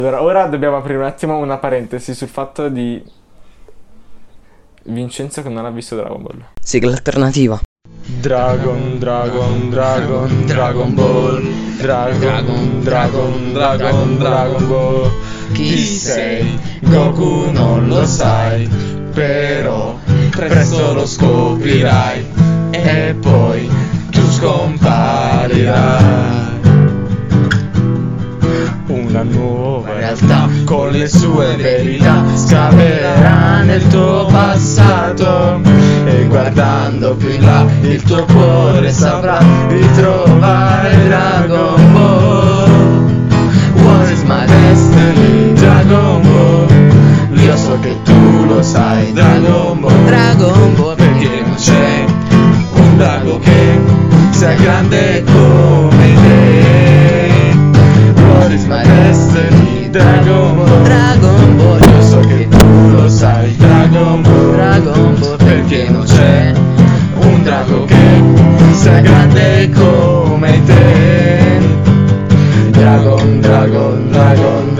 Allora, ora dobbiamo aprire un attimo una parentesi sul fatto di Vincenzo che non ha visto Dragon Ball. Sigla alternativa. Dragon Ball. Dragon Ball. Chi sei? Goku non lo sai, però presto lo scoprirai e poi tu scomparirai. Una nuova realtà con le sue verità scaverà nel tuo passato e guardando più in là il tuo cuore saprà ritrovare Dragon Ball. What is my destiny? Dragon Ball. Io so che tu lo sai, Dragon Ball. Dragon Ball. Perché non c'è un drago che sia grande come te. What is my destiny? Dragon Ball. Dragon Ball. Io so che tu lo sai, Dragon Ball. Dragon Ball. Perché non c'è un drago che sia grande come te. Dragon Ball.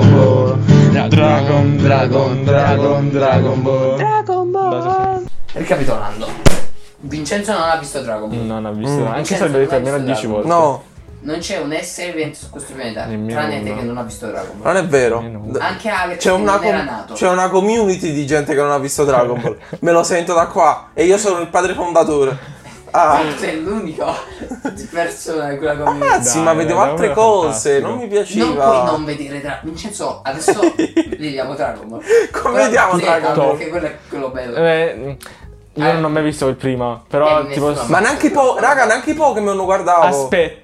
Dragon Ball. Dragon Ball. Ricapitolando, Vincenzo non ha visto Dragon Ball. Non ha visto, anche se Vincenzo l'ho detto non ha almeno visto 10 Dragon volte. No, Non c'è un essere vivente su questo pianeta, Nemmeno tranne te uno. che non ha visto Dragon Ball. non è vero. Anche Alex C'è che una, non era nato. c'è una community di gente che non ha visto Dragon Ball. Me lo sento da qua. E io sono il padre fondatore. Ah, Tu sei l'unico persona di quella community. ragazzi, Dai, ma vedevo dai, altre è cose. fantastico. Non mi Non puoi piaceva. non vedere Vincenzo, adesso vediamo Dragon Ball. Come vediamo Dragon Ball? Perché quello è quello bello. Io non ho mai visto il primo, però tipo... nessuno. Ma neanche raga, neanche Pokémon non guardavo. Aspetta.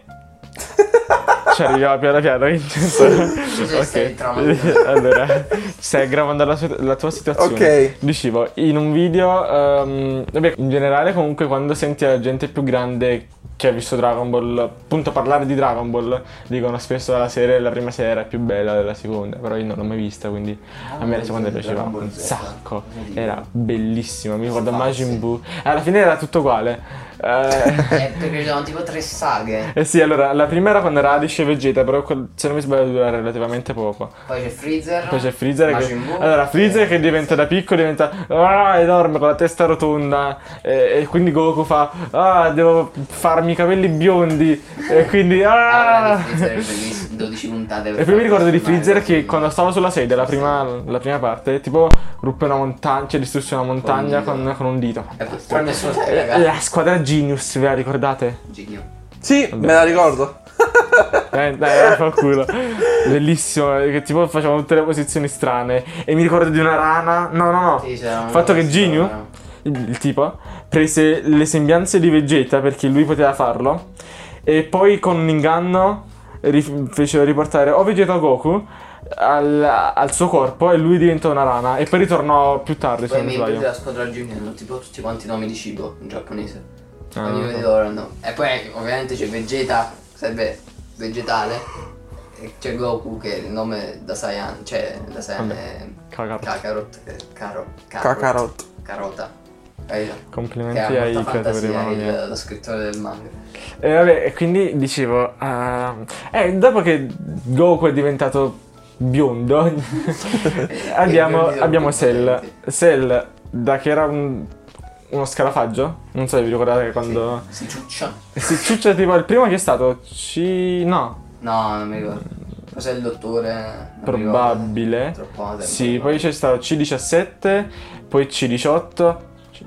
Ci arriviamo piano piano, Vincenzo. Stai traumatizzando. Allora, stai gravando la tua situazione. Ok. Dicevo, in un video, vabbè, in generale comunque quando senti la gente più grande che ha visto Dragon Ball, appunto parlare di Dragon Ball, dicono spesso la prima serie era più bella della seconda, però io non l'ho mai vista, quindi a me la seconda piaceva un sacco, era bellissima, mi ricordo Majin Buu, alla fine era tutto uguale. Perché ci sono tipo 3 saghe. Eh sì, allora, la prima era quando era Raditz e Vegeta, però se non mi sbaglio dura relativamente poco. Poi c'è Freezer. Poi c'è Freezer che... Majin Buu, Allora, Freezer che diventa da piccolo, diventa enorme con la testa rotonda e quindi Goku fa devo farmi i capelli biondi e quindi Allora, di Freezer è bellissimo, 12 puntate. E poi mi ricordo di Freezer che quando stavo sulla sedia, la prima parte, tipo ruppe una montagna, cioè distrusse una montagna con un dito. Però nessuno sa ragazzi. La squadra Genius, ve la ricordate? Genio. Sì, me la ricordo. Dai, fa culo. Bellissimo, che tipo facevamo tutte le posizioni strane. E mi ricordo di una rana. No. Sì, c'era Il fatto che Ginyu, il tipo, prese le sembianze di Vegeta perché lui poteva farlo. E poi con un inganno fecero riportare o Vegeta o Goku al suo corpo e lui diventò una rana. E poi ritornò più tardi, se Poi non i mi membri sbaglio. della squadra Genio hanno tipo tutti quanti nomi di cibo in giapponese. Ah, Ogni non so. di loro hanno. E poi ovviamente c'è Vegeta, sarebbe vegetale. E c'è Goku che è il nome da Saiyan, cioè da Saiyan Vabbè. è Kakarot. Kakarot, Kakarot. Carota. Capito? Complimenti Che ha ai molta creatori, fantasia mamma mia. lo scrittore del manga. E vabbè, e quindi dicevo, dopo che Goku è diventato biondo, abbiamo Cell. Cell, da che era uno scarafaggio, non so se vi ricordate quando... Si ciuccia? Si ciuccia tipo il primo che è stato no, No, non mi ricordo. Cos'è il dottore? Non mi ricordo. probabile. Troppo tempo. Sì, poi c'è stato C17, poi C18.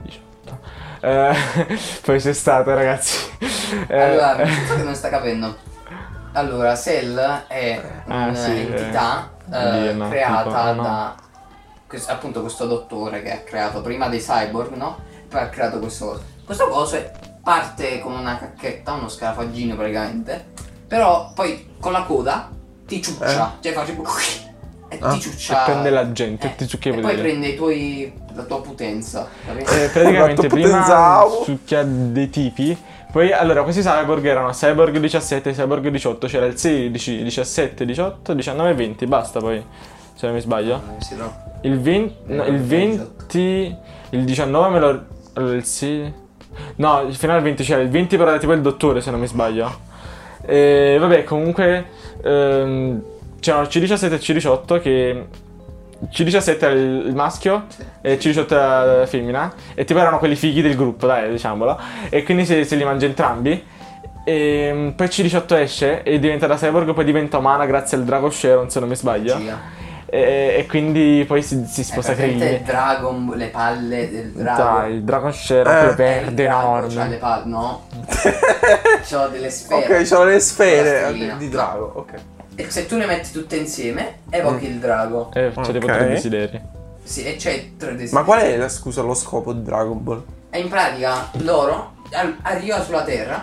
Poi c'è stato, ragazzi. Allora, penso che non sta capendo. Allora, Cell è sì, un'entità lì è nato, creata tipo, no? da appunto questo dottore che ha creato prima dei cyborg, no? Poi ha creato questo coso. Questo coso parte come una cacchetta, uno scarafaggino praticamente. Però poi con la coda ti ciuccia, cioè fa tipo e ti ciuccia. E prende la gente, ti ciucchia e i poi poteri. prende la tua potenza. capito? Praticamente Quanto prima potenziavo. succhia dei tipi. Poi allora questi cyborg erano Cyborg 17 e Cyborg 18. C'era il 16, 17, 18, 19 e 20. Basta poi, se non mi sbaglio. Sì, no. Il 20, no, il 20, il 19 me lo... Allora il 6... No, fino al 20 c'era il 20 però era tipo il dottore, se non mi sbaglio. E vabbè, comunque c'erano C17 e C18 che... C17 era il maschio e C18 era la femmina. E tipo erano quelli fighi del gruppo, dai, diciamolo. E quindi se li mangia entrambi. E poi C18 esce e diventa da cyborg, poi diventa umana grazie al Dragon Sharon, se non mi sbaglio. E quindi poi si sposta il Dragon, le palle del drago. Dai, il Dragon Sharon, quello verde enorme. C'ha le palle, no? C'ho delle sfere. Ok, c'ho le sfere di drago, ok. E se tu le metti tutte insieme, evochi il drago. C'è tipo 3 desideri. Sì, e c'è 3 desideri. Ma qual è, scusa, lo scopo di Dragon Ball? E in pratica loro arriva sulla Terra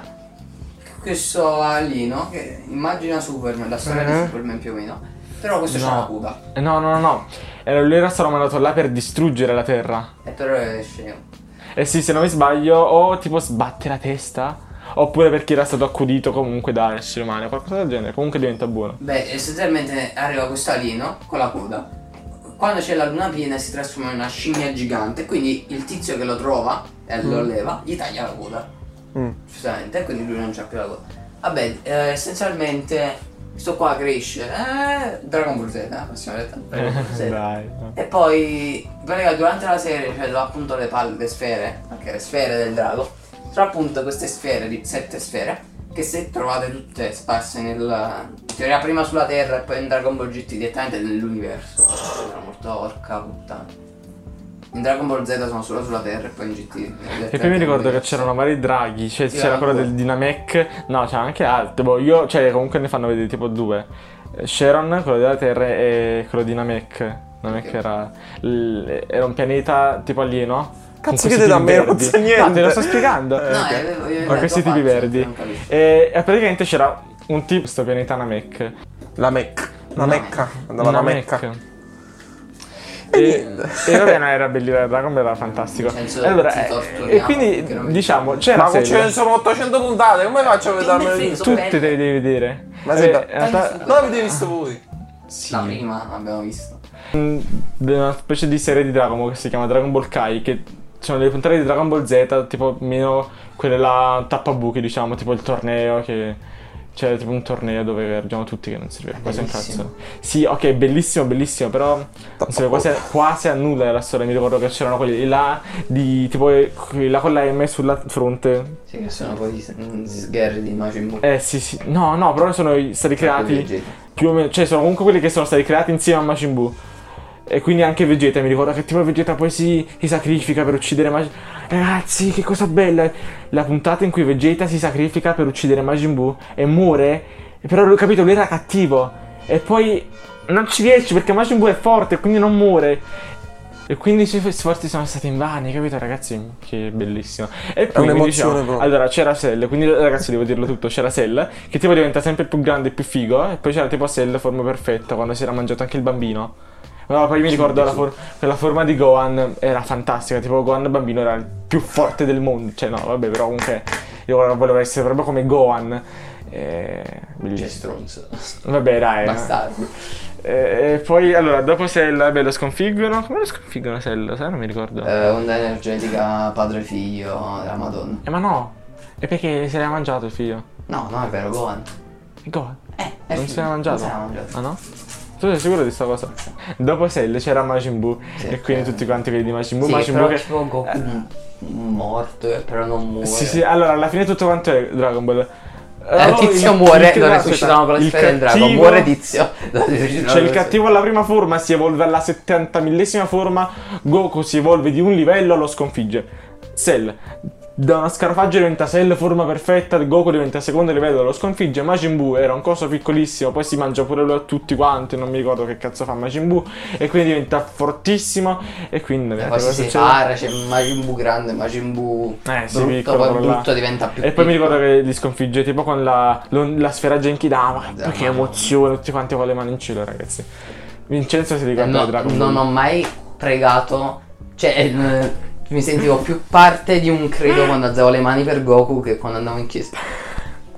questo alieno che immagina Superman, la storia di Superman più o meno. Però questo c'ha una coda. No. Lui era stato mandato là per distruggere la Terra. E però è scemo. Eh sì, se non mi sbaglio, o tipo sbatte la testa, oppure perché era stato accudito comunque da esseri umani, qualcosa del genere. Comunque diventa buono. Beh, essenzialmente arriva questo alieno con la coda. Quando c'è la luna piena si trasforma in una scimmia gigante. Quindi il tizio che lo trova e lo leva, gli taglia la coda. Giustamente, quindi lui non c'ha più la coda. Vabbè, essenzialmente questo qua cresce. Dragon Ball Z, la prossima volta. Dragon Ball Z. Dai. E poi in pratica durante la serie c'è appunto le palle, le sfere, anche le sfere del drago. Sono appunto queste sfere, 7 sfere, che se trovate tutte sparse in teoria prima sulla Terra e poi in Dragon Ball GT direttamente nell'universo. Sono molto porca puttana. In Dragon Ball Z sono solo sulla Terra e poi in GT. E poi mi ricordo che c'erano vari draghi, cioè c'era quello del Dynamech, no, c'era anche altro, cioè comunque ne fanno vedere tipo 2. Sharon, quello della Terra, e quello di Namek. Namek era un pianeta tipo alieno. Cazzo che da me non so niente. No, te lo sto spiegando. Con questi tipi verdi. E praticamente c'era un tipo, questo pianeta Namek. La Mecca. Andava la Mecca. E vabbè, no, era bellissimo, Dragon Ball era fantastico. Allora, e quindi diciamo c'era. Ma ce ne sono 800 puntate, come faccio a vederle tutte? Te le devi vedere. Ma dove avete visto voi? Sì. La prima abbiamo visto. Una specie di serie di Dragon Ball che si chiama Dragon Ball Kai, che sono le puntate di Dragon Ball Z, tipo meno quelle là tappabuchi, diciamo, tipo il torneo che... C'era tipo un torneo dove erano tutti che non serviva quasi un cazzo. Sì, ok, bellissimo, però non serve quasi a nulla della storia. Mi ricordo che c'erano quelli là di tipo là con la M sulla fronte. Sì, che sono poi sgherri di Majin Buu. Sì. No, però sono stati creati più o meno, cioè sono comunque quelli che sono stati creati insieme a Majin Buu. E quindi anche Vegeta, mi ricordo che tipo Vegeta poi si sacrifica per uccidere Majin Buu. Ragazzi, che cosa bella! La puntata in cui Vegeta si sacrifica per uccidere Majin Buu e muore. Però lui, capito, lui era cattivo. E poi non ci riesce perché Majin Buu è forte, quindi non muore. E quindi i suoi sforzi sono stati invani, capito ragazzi? Che bellissimo. E poi un'emozione proprio. Allora c'era Cell, quindi ragazzi devo dirlo tutto, c'era Cell che tipo diventa sempre più grande e più figo. E poi c'era tipo Cell forma perfetta, quando si era mangiato anche il bambino. No, poi mi ricordo quella forma di Gohan era fantastica, tipo Gohan bambino era il più forte del mondo. Cioè no, vabbè, però comunque io volevo essere proprio come Gohan. Bellissimo. Vabbè, dai. Bastardo. E poi allora dopo Cell, vabbè, lo sconfiggono. Come lo sconfiggono Cell? Sai, non mi ricordo. Onda energetica padre-figlio della Madonna. Ma no, è perché se l'era mangiato il figlio. No, è vero, Gohan. Gohan? Non se l'era mangiato? Non se l'era mangiato. Ah no? Tu sei sicuro di sta cosa? Dopo Cell c'era Majin Buu, sì, e quindi tutti quanti quelli di Majin Buu. Sì, Majin però Buu tipo Goku morto, però non muore. Sì, allora alla fine tutto quanto è Dragon Ball. Tizio muore, lo resuscitano con le sfere del drago. Muore Tizio. C'è il cattivo alla prima forma, si evolve alla 70.000esima forma. Goku si evolve di un livello, lo sconfigge. Cell da una scarafaggio diventa Cell, forma perfetta. Goku diventa secondo livello, lo sconfigge. Majin Buu era un coso piccolissimo, poi si mangia pure lui a tutti quanti. Non mi ricordo che cazzo fa Majin Buu. E quindi diventa fortissimo. E quindi poi si separa, c'è Majin Buu grande, Majin Buu brutto, piccolo, poi brutto diventa più e poi mi ricordo che li sconfigge tipo con la sfera Genkidama. Che emozione, tutti quanti con le mani in cielo, ragazzi. Vincenzo si ricorda Dragon Ball. Non ho mai pregato, cioè mi sentivo più parte di un credo quando alzavo le mani per Goku che quando andavo in chiesa.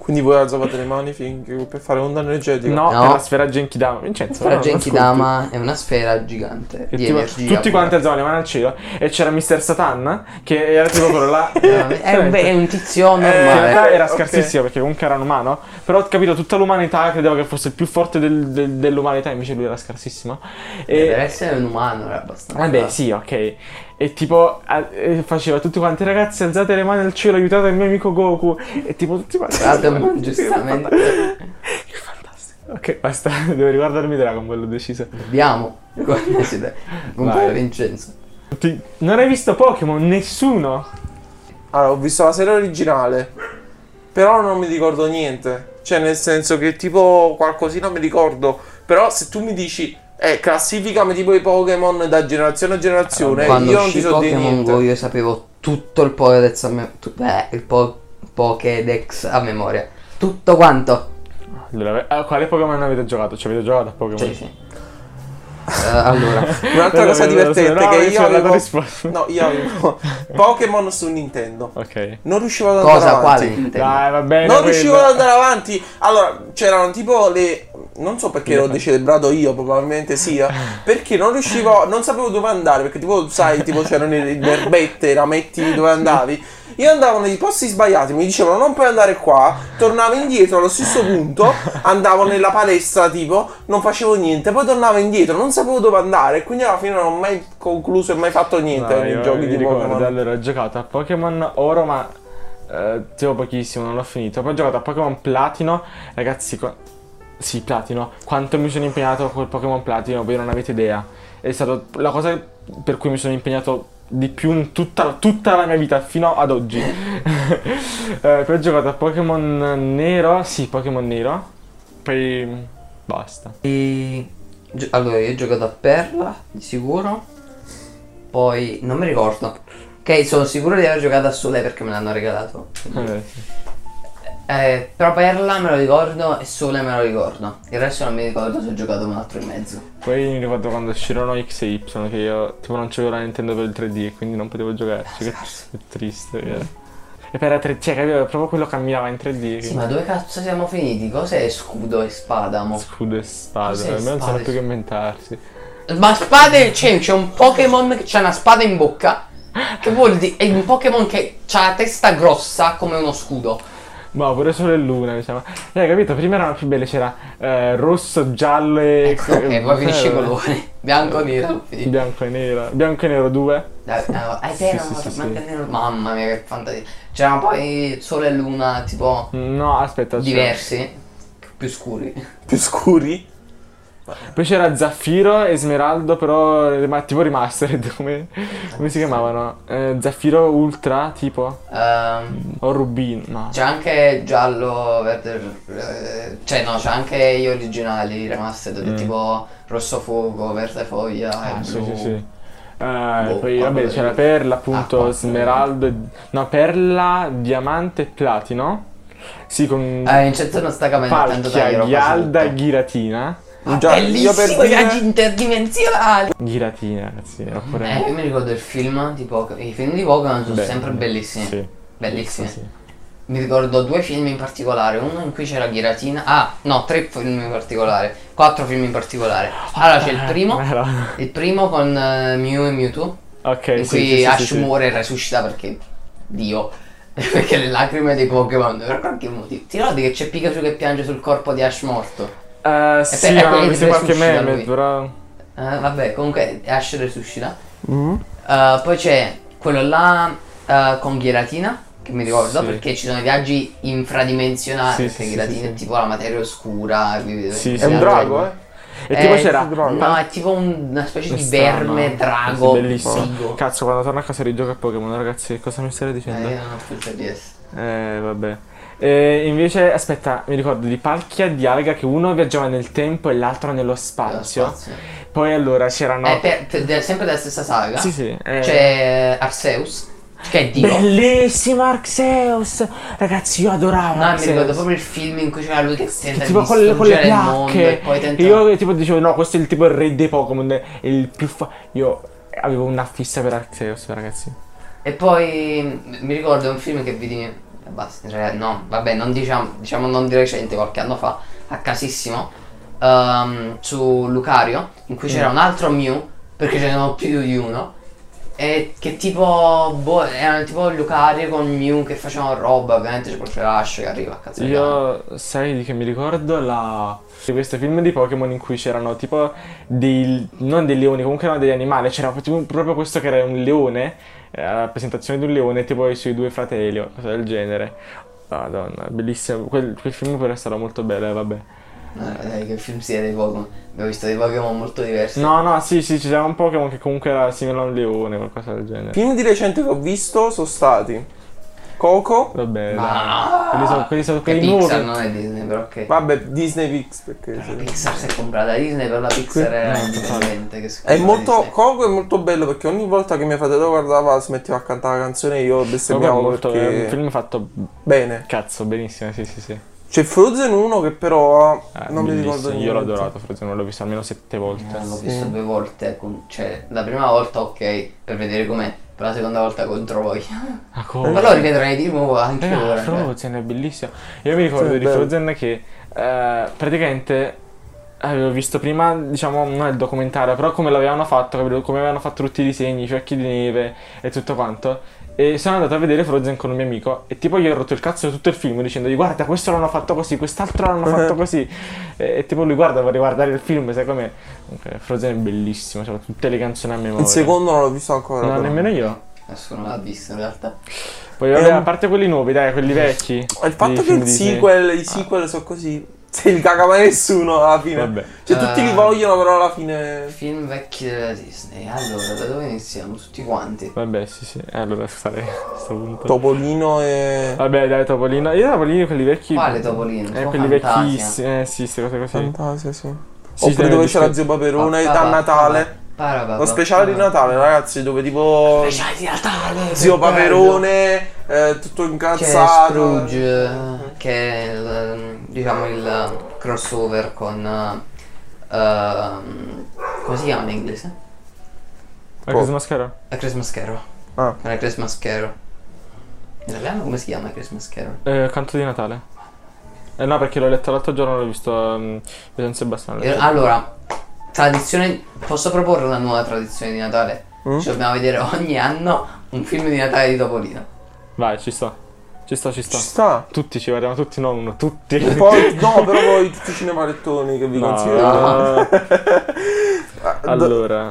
Quindi voi alzavate le mani per fare onda energetica? No, No. per la sfera Genkidama. Vincenzo, La non Genkidama è una sfera gigante E di tipo, energia. tutti quanti alzavano le mani al cielo e c'era Mr. Satan che era tipo quello là. È un tizio In realtà normale. era Ok. scarsissimo perché comunque era un umano. Però ho capito, tutta l'umanità credeva che fosse il più forte dell'umanità, invece lui era scarsissimo. Per essere un umano era abbastanza. Vabbè, sì, ok. E tipo faceva tutti quanti, ragazzi, alzate le mani al cielo, aiutate il mio amico Goku. E tipo tutti quanti. Giustamente. Che fantastico. Ok, basta, devo riguardarmi Dragon Ball, ho deciso. Dobbiamo. Comprare Vincenzo. Non hai visto Pokémon? Nessuno. Allora, ho visto la serie originale, però non mi ricordo niente. Cioè, nel senso che tipo qualcosina mi ricordo. Però se tu mi dici, classificami tipo i Pokémon da generazione a generazione, Quando io non ti uscì so dire Pokémon niente. Go io sapevo tutto il Pokédex a Pokédex a memoria. Tutto quanto. Allora, quale Pokémon avete giocato? Ci avete giocato a Pokémon? Sì, sì. Allora, Un'altra cosa divertente no, che c'è io la avevo. risposta. No, io avevo Pokémon su Nintendo. Ok. Non riuscivo ad andare cosa? avanti. Quale Nintendo? Dai, va bene. Non quello. riuscivo ad andare avanti. Allora, c'erano tipo le. Non so perché l'ho decelebrato io, probabilmente sia. Perché non riuscivo. Non sapevo dove andare. Perché tipo, sai, tipo c'erano le erbette, i rametti dove andavi. Io andavo nei posti sbagliati, mi dicevano non puoi andare qua, tornavo indietro allo stesso punto, andavo nella palestra tipo, non facevo niente, poi tornavo indietro, non sapevo dove andare, quindi alla fine non ho mai concluso e mai fatto niente No, nei io giochi mi di ricordo, Pokémon. allora ho giocato a Pokémon Oro, ma tipo pochissimo, non l'ho finito. Poi ho giocato a Pokémon Platino, ragazzi. Sì, Platino. Quanto mi sono impegnato con il Pokémon Platino, voi non avete idea. È stata la cosa per cui mi sono impegnato di più in tutta la mia vita fino ad oggi. Poi ho giocato a Pokémon Nero. Sì, Pokémon Nero. Poi basta. Allora, io ho giocato a Perla, di sicuro. Poi, non mi ricordo. Ok, sono sicuro di aver giocato a Sole perché me l'hanno regalato. Sì. Però Perla me lo ricordo e Sole me lo ricordo. Il resto non mi ricordo se ho giocato un altro in mezzo. Poi mi ricordo quando uscirono X e Y, che io tipo non c'avevo la Nintendo per il 3D e quindi non potevo giocarci. Che triste che era. E per la 3D, cioè capito, proprio quello camminava in 3D. Sì, ma dove cazzo siamo finiti? Cos'è scudo e spada, mo? Scudo e spada, Cos'è almeno non sanno spade? più che inventarsi. Ma spade, c'è un Pokémon che c'ha una spada in bocca. Che vuol dire? È un Pokémon che ha la testa grossa come uno scudo. Ma pure solo il luna, diciamo. Capito? Prima erano più belle, c'era rosso, giallo e. Ok, poi finisci i colori. Bianco, nero. Bianco e nero. Bianco e nero 2. È vero, sì. manca il nero. Mamma mia, che fantasia. C'erano poi sole e luna, tipo, No, aspetta. diversi, più scuri. Più scuri? Poi c'era Zaffiro e Smeraldo, però tipo remastered, come si chiamavano? Zaffiro Ultra, tipo? O Rubino, no. C'è anche giallo, verde, cioè no, c'è anche gli originali remastered, tipo rosso fuoco, verde foglia e Sì, blu. sì. Boh, Poi vabbè quello c'era del- Perla, appunto, acqua. Smeraldo, no, Perla, Diamante e Platino. Sì, con Vincenzo non sta commentando dai, Palkia, roba Ghialda e sotto. Giratina. Già, io per Bellissimo, i dire- viaggi interdimensionali. Giratina, ragazzi, oppure. Io mi ricordo il film di Pokémon. I film di Pokémon sono Beh, sempre bellissimi. Sì. Bellissimi. Sì. Mi ricordo due film in particolare, uno in cui c'era Giratina. Ah, no, tre film in particolare. Quattro film in particolare. Allora c'è Era- il primo con Mew e Mewtwo. Ok, In sì, cui sì, sì, Ash sì. muore e resuscita perché Dio. Perché le lacrime dei Pokémon per qualche motivo. Ti ricordi che c'è Pikachu che piange sul corpo di Ash morto? Sì, per- ho e visto qualche resuscita meme, lui. però. Vabbè, comunque Ash resuscita. Mm. Poi c'è quello là con Giratina, che mi ricordo, Sì. perché ci sono i viaggi infradimensionali, Sì, perché sì, Giratina sì, è sì. tipo la materia oscura. Sì, È un drago, eh? E tipo Eh, c'era. No, è tipo una specie di Strano. verme, drago, Bellissimo. figo. Cazzo, quando torno a casa rigioco a Pokémon, ragazzi, che cosa mi state dicendo? Io non ho più il 3DS. Vabbè. Invece, aspetta, mi ricordo di Palkia, di Alga, che uno viaggiava nel tempo e l'altro nello spazio. Poi allora c'erano. Sempre della stessa saga. Sì, sì. C'è Arceus, che è Dio. Bellissimo Arceus! Ragazzi, io adoravo No, mi Arceus. ricordo proprio il film in cui c'era lui che tenta di Tipo con le distruggere il mondo e placche. poi tenta... Io tipo dicevo, no, questo è il tipo il re dei Pokémon. È il più io avevo una fissa per Arceus, ragazzi. E poi mi ricordo un film che vidi e basta. No, vabbè, non diciamo non di recente, qualche anno fa, a casissimo, su Lucario, in cui c'era un altro Mew, perché ce n'erano più di uno, e che tipo, erano tipo Lucario con Mew che facevano roba, ovviamente c'era Ash che arriva a cazzo di cane. Io sai di che mi ricordo di questo film di Pokémon in cui c'erano tipo non dei leoni, comunque erano degli animali, c'era tipo proprio questo che era un leone, la rappresentazione di un leone tipo i suoi due fratelli o cosa del genere. Madonna, bellissimo, quel film però sarà molto bello, vabbè. Dai, che film sia dei Pokémon? Abbiamo visto dei Pokémon molto diversi. No, sì, c'era un Pokémon che comunque era simile a un leone, qualcosa del genere. Film di recente che ho visto sono stati Coco. Vabbè, Ma quelli sono che quelli Pixar nuovi. non è Disney, però ok. Vabbè, Disney Pix perché La Pixar si è comprata Disney, per la Pixar era indipendente che si è comprava molto Disney. Coco è molto bello perché ogni volta che mio fratello guardava smetteva a cantare la canzone e io bestemmiavo Molto, è un perché film fatto bene. cazzo, benissimo, sì. C'è Frozen 1 che però non mi Bellissimo, ricordo niente. io l'ho adorato, Frozen, l'ho visto almeno 7 volte. L'ho visto 2 volte, cioè la prima volta ok, per vedere com'è, per la seconda volta contro voi. come? Ma lo rivedrei di nuovo anche ora. cioè. Frozen è bellissimo. Io mi ricordo Sì, è di bello. Frozen che praticamente avevo visto prima, diciamo, non il documentario, però come l'avevano fatto, capito? Come avevano fatto tutti i disegni, i fiocchi di neve e tutto quanto. E sono andato a vedere Frozen con un mio amico e tipo gli ho rotto il cazzo tutto il film dicendogli guarda questo l'hanno fatto così, quest'altro l'hanno fatto così e tipo lui guarda vorrei guardare il film, sai com'è? Comunque Frozen è bellissimo, c'ha tutte le canzoni a memoria. Il secondo non l'ho visto ancora. No, però. nemmeno io. Nessuno l'ha visto in realtà. Poi vabbè, a parte quelli nuovi, dai, quelli vecchi. Il fatto dei che film i Disney. sequel sono così. Se li caga mai nessuno alla fine. Vabbè. Cioè tutti li vogliono però alla fine. Film vecchi della Disney. Allora, da dove iniziamo? Tutti quanti. Vabbè, sì. Allora sarei a sto punto. Topolino e. Vabbè, dai, Topolino. Io Topolino, quelli vecchi. Quale Topolino? Tipo Quelli Fantasia. vecchissimi. Sì, queste cose così. Fantasia, sì. Sì, Oppure sì, dove disco- c'era Zio Paperone a Natale. Lo speciale di Natale, ragazzi, dove tipo. Speciale di Natale. Zio che bello. Paperone, tutto C'è incazzato. Scrooge, che è diciamo il crossover con come si chiama in inglese? La Christmas Carol? A Christmas Carol. Ah. Con la Christmas Carol. In italiano come si chiama Christmas Carol? Canto di Natale. No, perché l'ho letto l'altro giorno, l'ho visto San Sebastiano. Allora, tradizione. Posso proporre una nuova tradizione di Natale? Ci dobbiamo vedere ogni anno un film di Natale di Topolino. Vai, ci sto. Ci sto. Ci sta. Tutti ci guardiamo, tutti, non uno, tutti. Poi, no, però poi tutti i cinemalettoni che vi No. consiglio. Allora,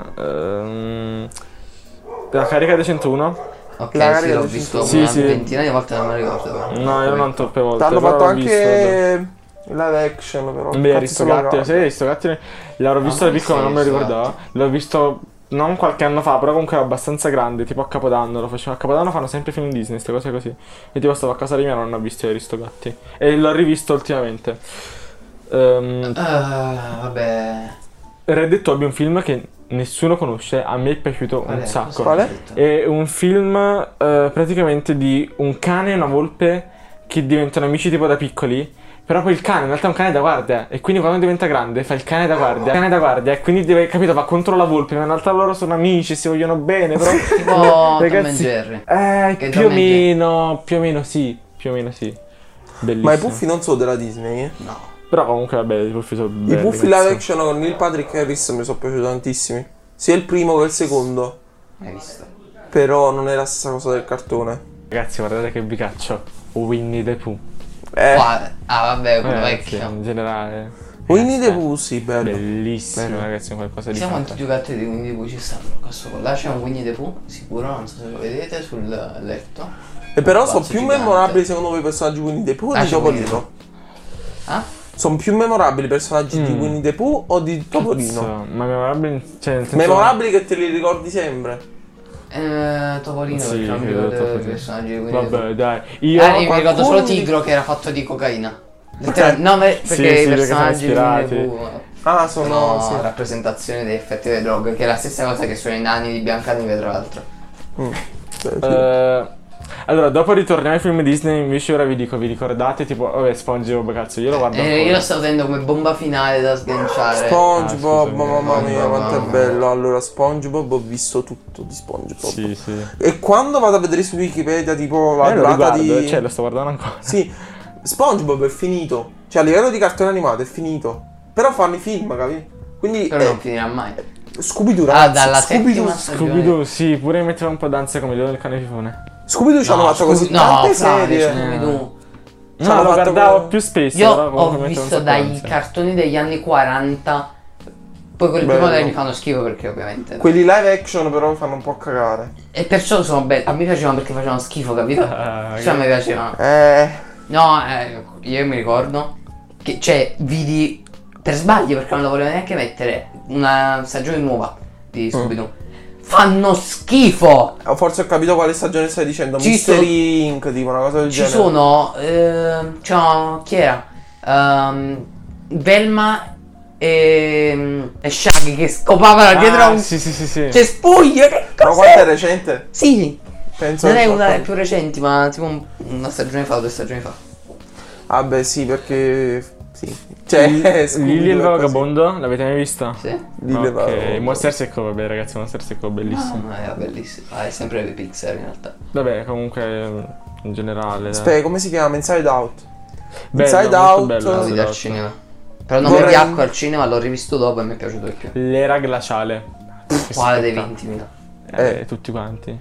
la carica dei 101? Ok, La sì, carica l'ho del visto Sì, una sì. ventina di volte, non me lo ricordo. No, io non troppe volte. T'hanno però fatto l'ho anche il live action, però. Beh, Cazzo Aristogatti, sono sai, Aristogatti l'avrò visto da sì, piccolo, non me lo Aristogatti. ricordavo. L'ho visto non qualche anno fa, però comunque era abbastanza grande, tipo a Capodanno, lo facevano a Capodanno, fanno sempre film Disney, queste cose così. E tipo stavo a casa di mia nonna, ho visto Aristogatti. E l'ho rivisto ultimamente. Vabbè. Red Dead Toby è un film che nessuno conosce, a me è piaciuto Qual un è? sacco. Qual è? È un film praticamente di un cane e una volpe che diventano amici tipo da piccoli. Però poi il cane in realtà è un cane da guardia. E quindi quando diventa grande fa il cane da guardia. E quindi deve, capito, va contro la volpe. Ma in realtà loro sono amici, si vogliono bene. Però Tipo Tom ragazzi, and Jerry. Che più o Tom and Jerry. meno. Più o meno sì. Bellissimo. Ma i puffi non sono della Disney? No. Però comunque vabbè, i puffi sono I belli. puffi cazzo. live action con Neil Patrick Harris mi sono piaciuti tantissimi. Sia il primo che il secondo. Hai visto? Però non è la stessa cosa del cartone. Ragazzi, guardate che vi caccio. Winnie the Pooh. Vabbè, quello Ragazzi, vecchio. in generale. Winnie the Ragazzi, Pooh, sì, bello. Bellissimo, Bello. ragazzi, è qualcosa di Siamo fantastico. antigiocati di Winnie the Pooh, ci stanno questo qua. Là c'è un Winnie the Pooh, sicuro, non so se lo vedete sul letto. E però Un sono pazzo più gigante. memorabili secondo voi i personaggi Winnie the Pooh o di c'è Winnie the Topolino? Ah? Sono più memorabili i personaggi di Winnie the Pooh o di Topolino? Cazzo, ma memorabile, cioè nel senso... Memorabili che te li ricordi sempre. Topolino, Sì, perché non mi credo ricordo i Topolino. personaggi di Winnie the Pooh. Vabbè, dai. Io... Io mi ricordo qualcuno solo mi- Tigro che era fatto di cocaina. No, perché Sì, i sì, perché personaggi di sono Winnie the ispirati. Pooh Ah, sono sono. rappresentazioni degli effetti delle droghe, che è la stessa cosa che sono i nani di Biancaneve, tra l'altro. Sì. Eh, Allora, dopo ritorniamo ai film Disney, invece ora vi dico, vi ricordate tipo, vabbè, SpongeBob, cazzo, io lo guardo ancora. Io lo stavo tenendo come bomba finale da sganciare. SpongeBob, scusami, mamma mia, quanto è mamma. bello. Allora, SpongeBob, ho visto tutto di SpongeBob. Sì, sì. E quando vado a vedere su Wikipedia, tipo la Lo durata riguardo, di. cioè, lo sto guardando ancora. Sì, SpongeBob è finito. Cioè, a livello di cartone animato è finito. Però fanno i film, capi? Quindi Però non finirà mai. Scooby-Doo, Ah, ragazzi, dalla Scooby-Doo. settima stagione. Scooby-Doo, sì, pure metteva un po' d'ansia come il cane fifone. Scooby-Doo ci hanno fatto così tante serie. Scooby-Doo. Ci No, hanno lo fatto guardavo que- più spesso. Io però ho comunque visto non so dai quanto. cartoni degli anni 40. Poi quelli più Bello. moderni fanno schifo perché ovviamente. Quelli live action però fanno un po' cagare. E perciò sono belli. A me piacevano perché facevano schifo, capito? Ah, Cioè a me piacevano. No, io mi ricordo che vidi per sbaglio perché non lo volevano neanche mettere una stagione nuova di Scooby-Doo. Fanno schifo! Forse ho capito quale stagione stai dicendo. Ci Mystery Inc. Tipo una cosa del Ci genere. sono. Chi era? Velma e Shaggy che scopavano dietro a un sì, sì, sì, sì. cespuglio. Che Ma cos'è? quanto è recente? Sì. Penso Non è che una delle qualcosa- più recenti, ma tipo una stagione fa, 2 stagioni fa. Ah beh sì, perché. Sì. Cioè, Lily e il Scooby-Doo è così. vagabondo, l'avete mai visto? Sì. Lily e il Ok, vagabondo. Monster Echo, vabbè ragazzi, Monster Echo bellissimo. No, è bellissimo. Ah, è sempre le Pixar in realtà. Vabbè, comunque in generale. dai. Aspetta, come si chiama? Inside Out. Bello, Inside molto Out. bello, Lo Inside vidi al Out. cinema. Però non mi Vorrei- piacque al cinema, l'ho rivisto dopo e mi è piaciuto di più. L'era glaciale. Che Quale dei spettacolo. 20.000? Tutti quanti.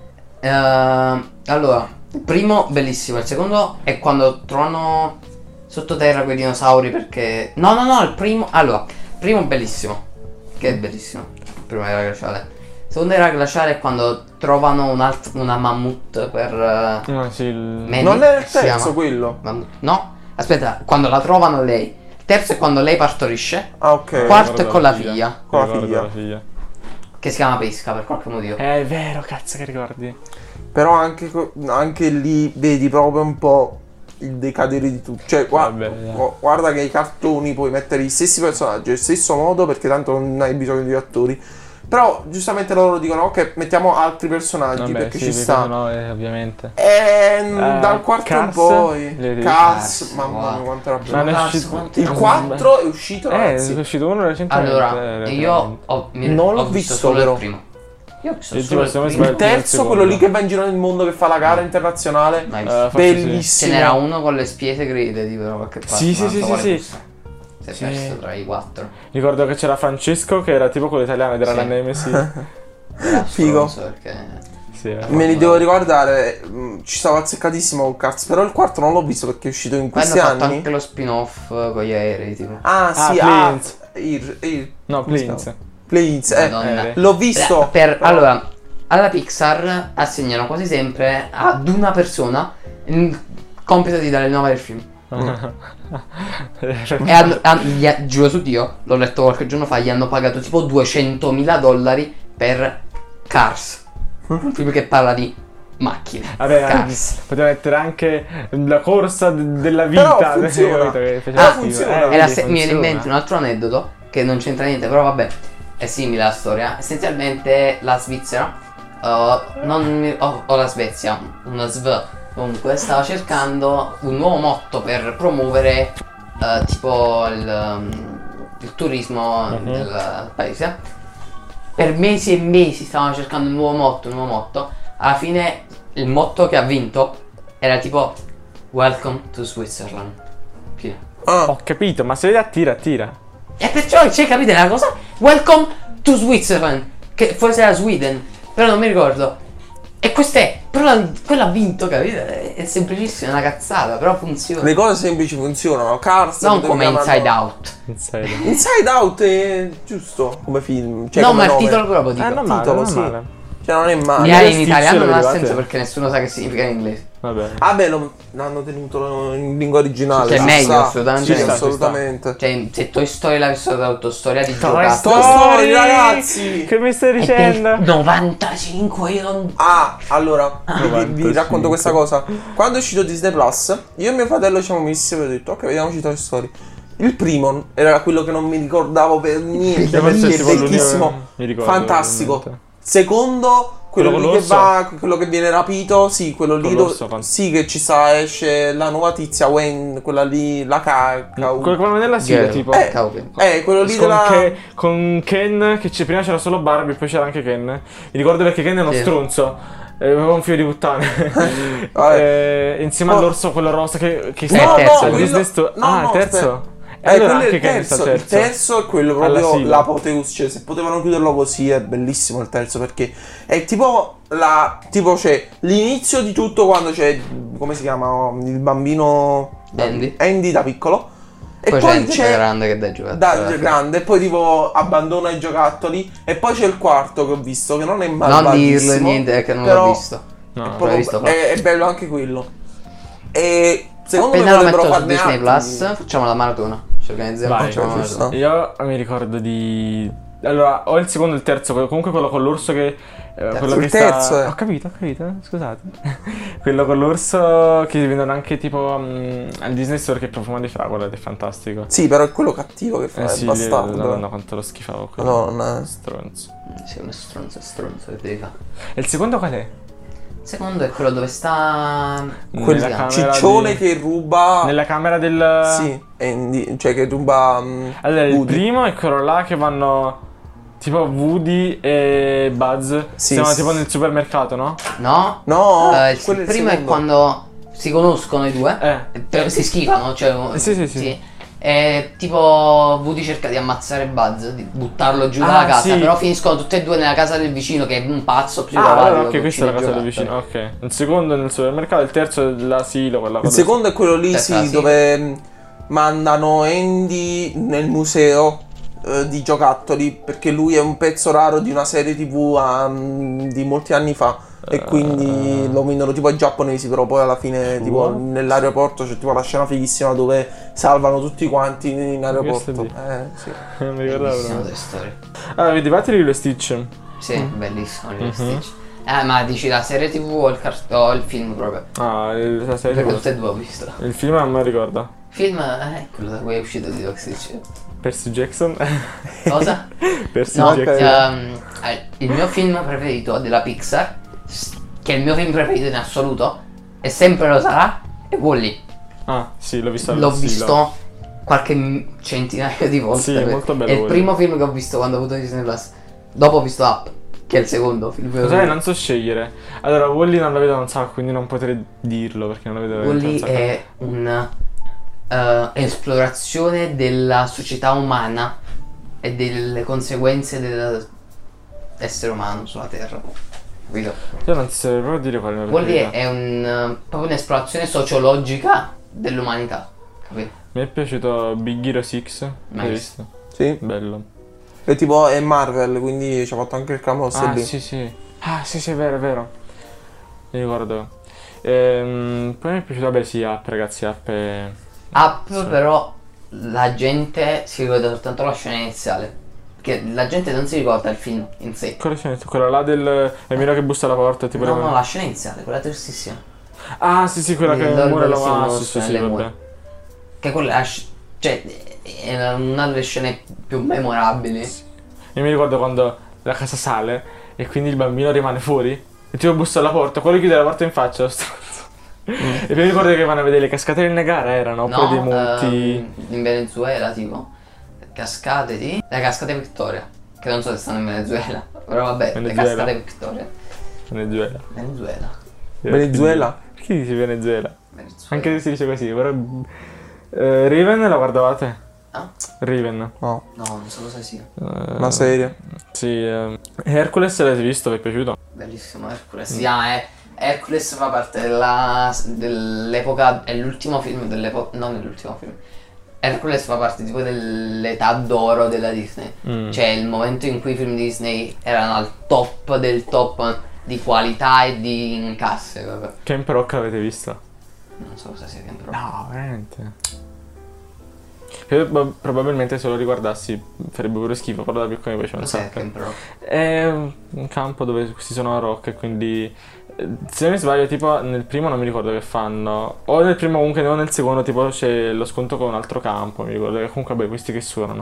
Allora, il primo bellissimo, il secondo è quando trovano sottoterra quei dinosauri perché. No, il primo. Allora, il primo bellissimo. Che è bellissimo. Il primo era glaciale. Il secondo era glaciale è quando trovano una mammut per. No, sì, Mandy, Non è il si terzo chiama? quello. Mammut. No, aspetta, quando la trovano lei. Il terzo è quando lei partorisce. Ah, ok. Quarto ricordo è con la figlia. Con la Ricordo figlia. la figlia. Che si chiama Pesca per qualche motivo. È vero, cazzo, che ricordi? Però anche lì vedi proprio un po' il decadere di tutto. Cioè, Vabbè, guarda che i cartoni puoi mettere gli stessi personaggi, allo stesso modo, perché tanto non hai bisogno di attori. Però giustamente loro dicono ok, mettiamo altri personaggi Vabbè, perché sì, ci perché sta. sennò, ovviamente. Dal quarto in Cars? poi. Le- Cars, Cars, mamma mia wow. quanto era Ma bello. ne è Cazzo, uscito quanto Il era 4 è uscito, è ragazzi. uscito uno recentemente. Allora, io Non l'ho ho visto, solo però. il primo. Io ho visto Il solo primo, secondo me, il primo. Il terzo, quello lì che va in giro nel mondo che fa la gara internazionale. Mai visto. forse sì. Bellissimo. Ce n'era uno con le spie segrete, tipo da qualche parte. Sì, sì, ma sì, non so quale sì, fosse. Si è Sì. perso tra i 4. Ricordo che c'era Francesco che era tipo quello italiano ed era Sì. la Nemesis. Era Figo. stronzo perché. Sì, Me li devo ricordare, ci stavo azzeccatissimo con Cars, però il quarto non l'ho visto perché è uscito in Poi hanno questi fatto anni. anche lo spin-off con gli aerei, tipo. Ah, sì, Planes. No, come si Planes. chiama? Planes, Madonna. l'ho visto. Allora, alla Pixar assegnano quasi sempre ad una persona il compito di dare il nome del film. E giuro su Dio, l'ho letto qualche giorno fa, gli hanno pagato tipo $200.000 per Cars. Un film che parla di macchine. Vabbè, Cars. poteva mettere anche la corsa della vita. Però funziona. capito, che faceva Ah, schifo. funziona. Vedi, Mi viene in funziona. mente un altro aneddoto che non c'entra niente, però vabbè, è simile la storia. Essenzialmente la Svizzera, o la Svezia, una SV, comunque stava cercando un nuovo motto per promuovere tipo il turismo del paese. Per mesi e mesi stavano cercando un nuovo motto. Alla fine il motto che ha vinto era tipo Welcome to Switzerland. Fine. Ah, Ho capito, ma se vedi attira. E perciò, capite la cosa? Welcome to Switzerland. Che forse era Sweden, però non mi ricordo. E però quello ha vinto, capite? È semplicissima, è una cazzata, però funziona. le cose semplici funzionano. Cars Non potevo come chiamarlo- Inside Out. Inside. Inside Out è giusto come film. Cioè, No, come ma il nome. titolo proprio dico. non male, titolo, non sì. male. Cioè, non è male. E in Stitch italiano lo non ha vedevate? senso perché nessuno sa che significa in inglese. Vabbè. Vabbè, l'hanno tenuto in lingua originale. Che è ci meglio, sta. assolutamente Sì, meglio. assolutamente. Cioè, se Toy Story l'avessero tradotto storia di Toy giocattolo. Story, ragazzi! Che mi stai È dicendo? del 95, io non. Ah, allora, vi 95. racconto questa cosa. Quando è uscito Disney Plus, io e mio fratello ci siamo messi e abbiamo detto, ok, vediamoci Toy Story. Il primo era quello che non mi ricordavo per niente, Io penso perché sia è tipo l'unico vecchissimo, che mi ricordo, fantastico. veramente. Secondo, Quello Quello lì con che l'orso? va, quello che viene rapito, sì, quello lì Con l'orso, quando- sì, che ci sta, esce la nuova tizia Wen, quella lì, la Quello che vanno nella sigla, Girl. tipo. Cowboy. quello lì Con, della... con Ken, che prima c'era solo Barbie, poi c'era anche Ken. Mi ricordo perché Ken è uno Sì. stronzo. Aveva un figlio di puttane. Vabbè. Insieme Poi- all'orso, quello rosa che No, sta terzo. al quello- Disney Store. no, Ah, no, il terzo? aspetta. E allora quello è anche il Ken sta terzo. al Il terzo è quello proprio All'asilo. l'apoteus. Cioè, se potevano chiuderlo così, è bellissimo il terzo. Perché è tipo tipo c'è l'inizio di tutto quando c'è. Come si chiama? Il bambino Andy. da piccolo. E Poi poi c'è c'è. da grande che dai giocattoli. Da grande, e poi tipo abbandona i giocattoli. E poi c'è il quarto che ho visto, che non è Non malvagissimo. dirlo niente, che non però l'ho visto. No, è, l'ho proprio- visto, è bello anche quello. E secondo me Appena lo vorrebbero metto su farne Disney altri. Plus, facciamo la maratona. Ci organizziamo, Vai, facciamo la giusto. maratona. Io mi ricordo di. Allora, ho il secondo e il terzo, comunque quello con l'orso che. Quello Il che terzo, sta. eh. Ho capito, scusate. Quello con l'orso che vendono anche tipo al Disney Store che profuma di fragola ed è fantastico. Sì, però è quello cattivo che fa, è Sì, bastardo. Madonna, quanto lo schifavo quello. Madonna. Stronzo. Sì, uno stronzo che devi fare. E il secondo qual è? Il secondo è quello dove sta. Quel Nella camera ciccione di- che ruba. Nella camera del. Sì, cioè che ruba. Allora, il Woody. primo è quello là che vanno. Tipo Woody e Buzz. Sì, Siamo sì, tipo sì. nel supermercato, no? No? No, Il quello è il primo è secondo. quando si conoscono i due. Però si schifano, cioè. Sì. E tipo Woody cerca di ammazzare Buzz, di buttarlo giù dalla casa, sì. però finiscono tutte e due nella casa del vicino che è un pazzo Ah, psicopatico. allora, ok, che questa è la uccide casa del i vicino. giocattoli. Ok. Il secondo è nel supermercato, il terzo è l'asilo, quella Il cosa. secondo è quello lì, Aspetta, sì, sì. dove mandano Andy nel museo di giocattoli, perché lui è un pezzo raro di una serie TV di molti anni fa. E quindi lo vendono tipo ai giapponesi, però poi alla fine tipo What? nell'aeroporto c'è tipo la scena fighissima dove salvano tutti quanti in aeroporto. Questo Sì. Non mi ricordavo. Bellissimo proprio. Toy Story. Allora, vedevate Lilo e Stitch? Sì, bellissimo Lilo e Mhm. Stitch. Ma dici la serie TV o il film proprio? Ah, la serie Perché TV. tutte e due ho visto. Il film non me lo ricorda. Film è quello da cui è uscito di Lilo e Stitch. Percy Jackson. Cosa? Percy No, Jackson. il mio film preferito della Pixar, che è il mio film preferito in assoluto, e sempre lo sarà, è Wall-E. Ah, sì, l'ho visto L'ho all'asilo. visto qualche centinaio di volte. Sì, è molto bello È il Wall-E. primo film che ho visto quando ho avuto Disney Plus. Dopo ho visto Up, che è il secondo film. Lo sai, non so scegliere. Allora, Wall-E non lo vedo da un sacco, quindi non potrei dirlo perché non lo vedo veramente da un Wall-E sacco. è una esplorazione della società umana e delle conseguenze dell'essere umano sulla Terra. Capito? Io non ti saprei proprio dire qual è la mia Wall-E preferita. è proprio un'esplorazione sociologica dell'umanità. Capito? Mi è piaciuto Big Hero 6. Mai L'hai visto. visto? Sì. Bello. E tipo è Marvel, quindi ci ha fatto anche il cameo Ah, lì. sì. Ah, sì, è vero, è vero. Mi ricordo. Poi mi è piaciuto, vabbè, sì, Up, ragazzi, Up è. Up Sì. però la gente si ricorda soltanto la scena iniziale. Perché la gente non si ricorda il film in sé. Quella là del Emilio che bussa alla porta, tipo No, le- no, la scena iniziale, quella tristissima. Ah, sì, quella che Dove muore la si ah, conoscono sì, le vabbè. mura. Che quella è cioè è una delle scene più memorabili. Io mi ricordo quando la casa sale e quindi il bambino rimane fuori e tipo bussa alla porta, quello chiude la porta in faccia, lo stronzo. E poi mi ricordo che vanno a vedere le cascate del Niagara erano, oppure dei monti. In Venezuela tipo cascate di la cascata Victoria, che non so se stanno in Venezuela, però vabbè, Venezuela. le cascate Victoria. Venezuela. Venezuela? Perché dici Venezuela? Venezuela. Anche se si dice così, però. Raven la guardavate? Ah? Raven. No, No, non so cosa sia. una serie. Sì, Hercules l'avete visto? Vi è piaciuto? Bellissimo Hercules. Sì, Hercules fa parte dell'epoca, è l'ultimo film dell'epoca, non è l'ultimo film. Hercules fa parte tipo dell'età d'oro della Disney. Cioè il momento in cui i film Disney erano al top del top di qualità e di incasse proprio. Camp Rock l'avete visto? Non so cosa sia Camp Rock. No, veramente. Probabilmente se lo riguardassi farebbe pure schifo, però da piccolo mi piaceva un Cos'è sacco. Camp Rock? È un campo dove si suona rock e quindi se non mi sbaglio tipo nel primo non mi ricordo che fanno, o nel primo comunque o nel secondo tipo c'è lo scontro con un altro campo, mi ricordo che comunque vabbè questi che suonano.